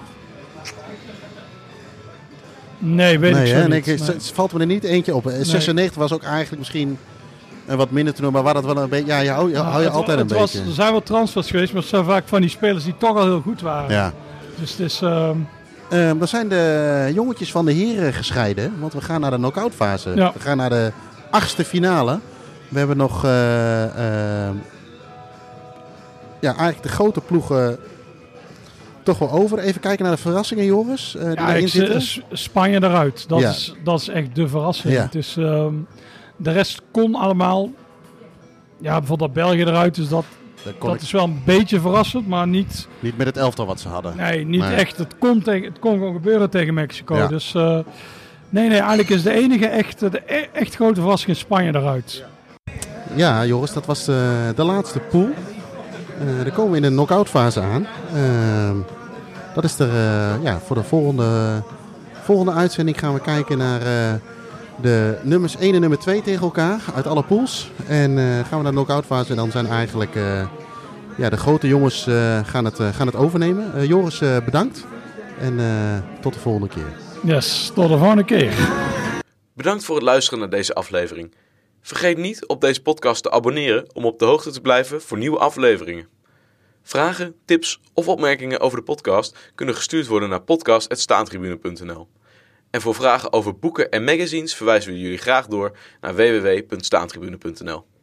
Nee, weet nee, ik zo hè? niet. Nee, nee. Het valt me er niet eentje op. Nee. zesennegentig was ook eigenlijk misschien... En wat minder te noemen, maar waar dat wel een beetje... Ja, je hou je, ja, hou je altijd een was, beetje. Er zijn wel transfers geweest, maar het zijn vaak van die spelers die toch al heel goed waren. Ja. Dus het is... Um... Um, dan zijn de jongetjes van de heren gescheiden, want we gaan naar de knock-out fase. Ja. We gaan naar de achtste finale. We hebben nog... Uh, uh, ja, eigenlijk de grote ploegen toch wel over. Even kijken naar de verrassingen, Joris. Uh, die ja, ik, zitten. Spanje eruit. Dat, ja. is, dat is echt de verrassing. Ja. Het is... Um, De rest kon allemaal. Ja, bijvoorbeeld dat België eruit. Dus dat, dat, dat ik... is wel een beetje verrassend, maar niet... Niet met het elftal wat ze hadden. Nee, niet nee. echt. Het kon, tegen, het kon gewoon gebeuren tegen Mexico. Ja. Dus uh, nee, nee, eigenlijk is de enige echt, de echt grote verrassing in Spanje eruit. Ja, Joris, dat was de, de laatste pool. Uh, dan komen we in de knock-out fase aan. Uh, dat is er, uh, ja, voor de volgende, volgende uitzending gaan we kijken naar... Uh, de nummers één en nummer twee tegen elkaar uit alle pools. En uh, gaan we naar de knock-out fase. En dan zijn eigenlijk uh, ja, de grote jongens uh, gaan, het, uh, gaan het overnemen. Uh, Joris, uh, bedankt. En uh, tot de volgende keer. Yes, tot de volgende keer. Bedankt voor het luisteren naar deze aflevering. Vergeet niet op deze podcast te abonneren om op de hoogte te blijven voor nieuwe afleveringen. Vragen, tips of opmerkingen over de podcast kunnen gestuurd worden naar podcast apenstaartje staantribune punt n l. En voor vragen over boeken en magazines verwijzen we jullie graag door naar w w w punt staantribune punt n l.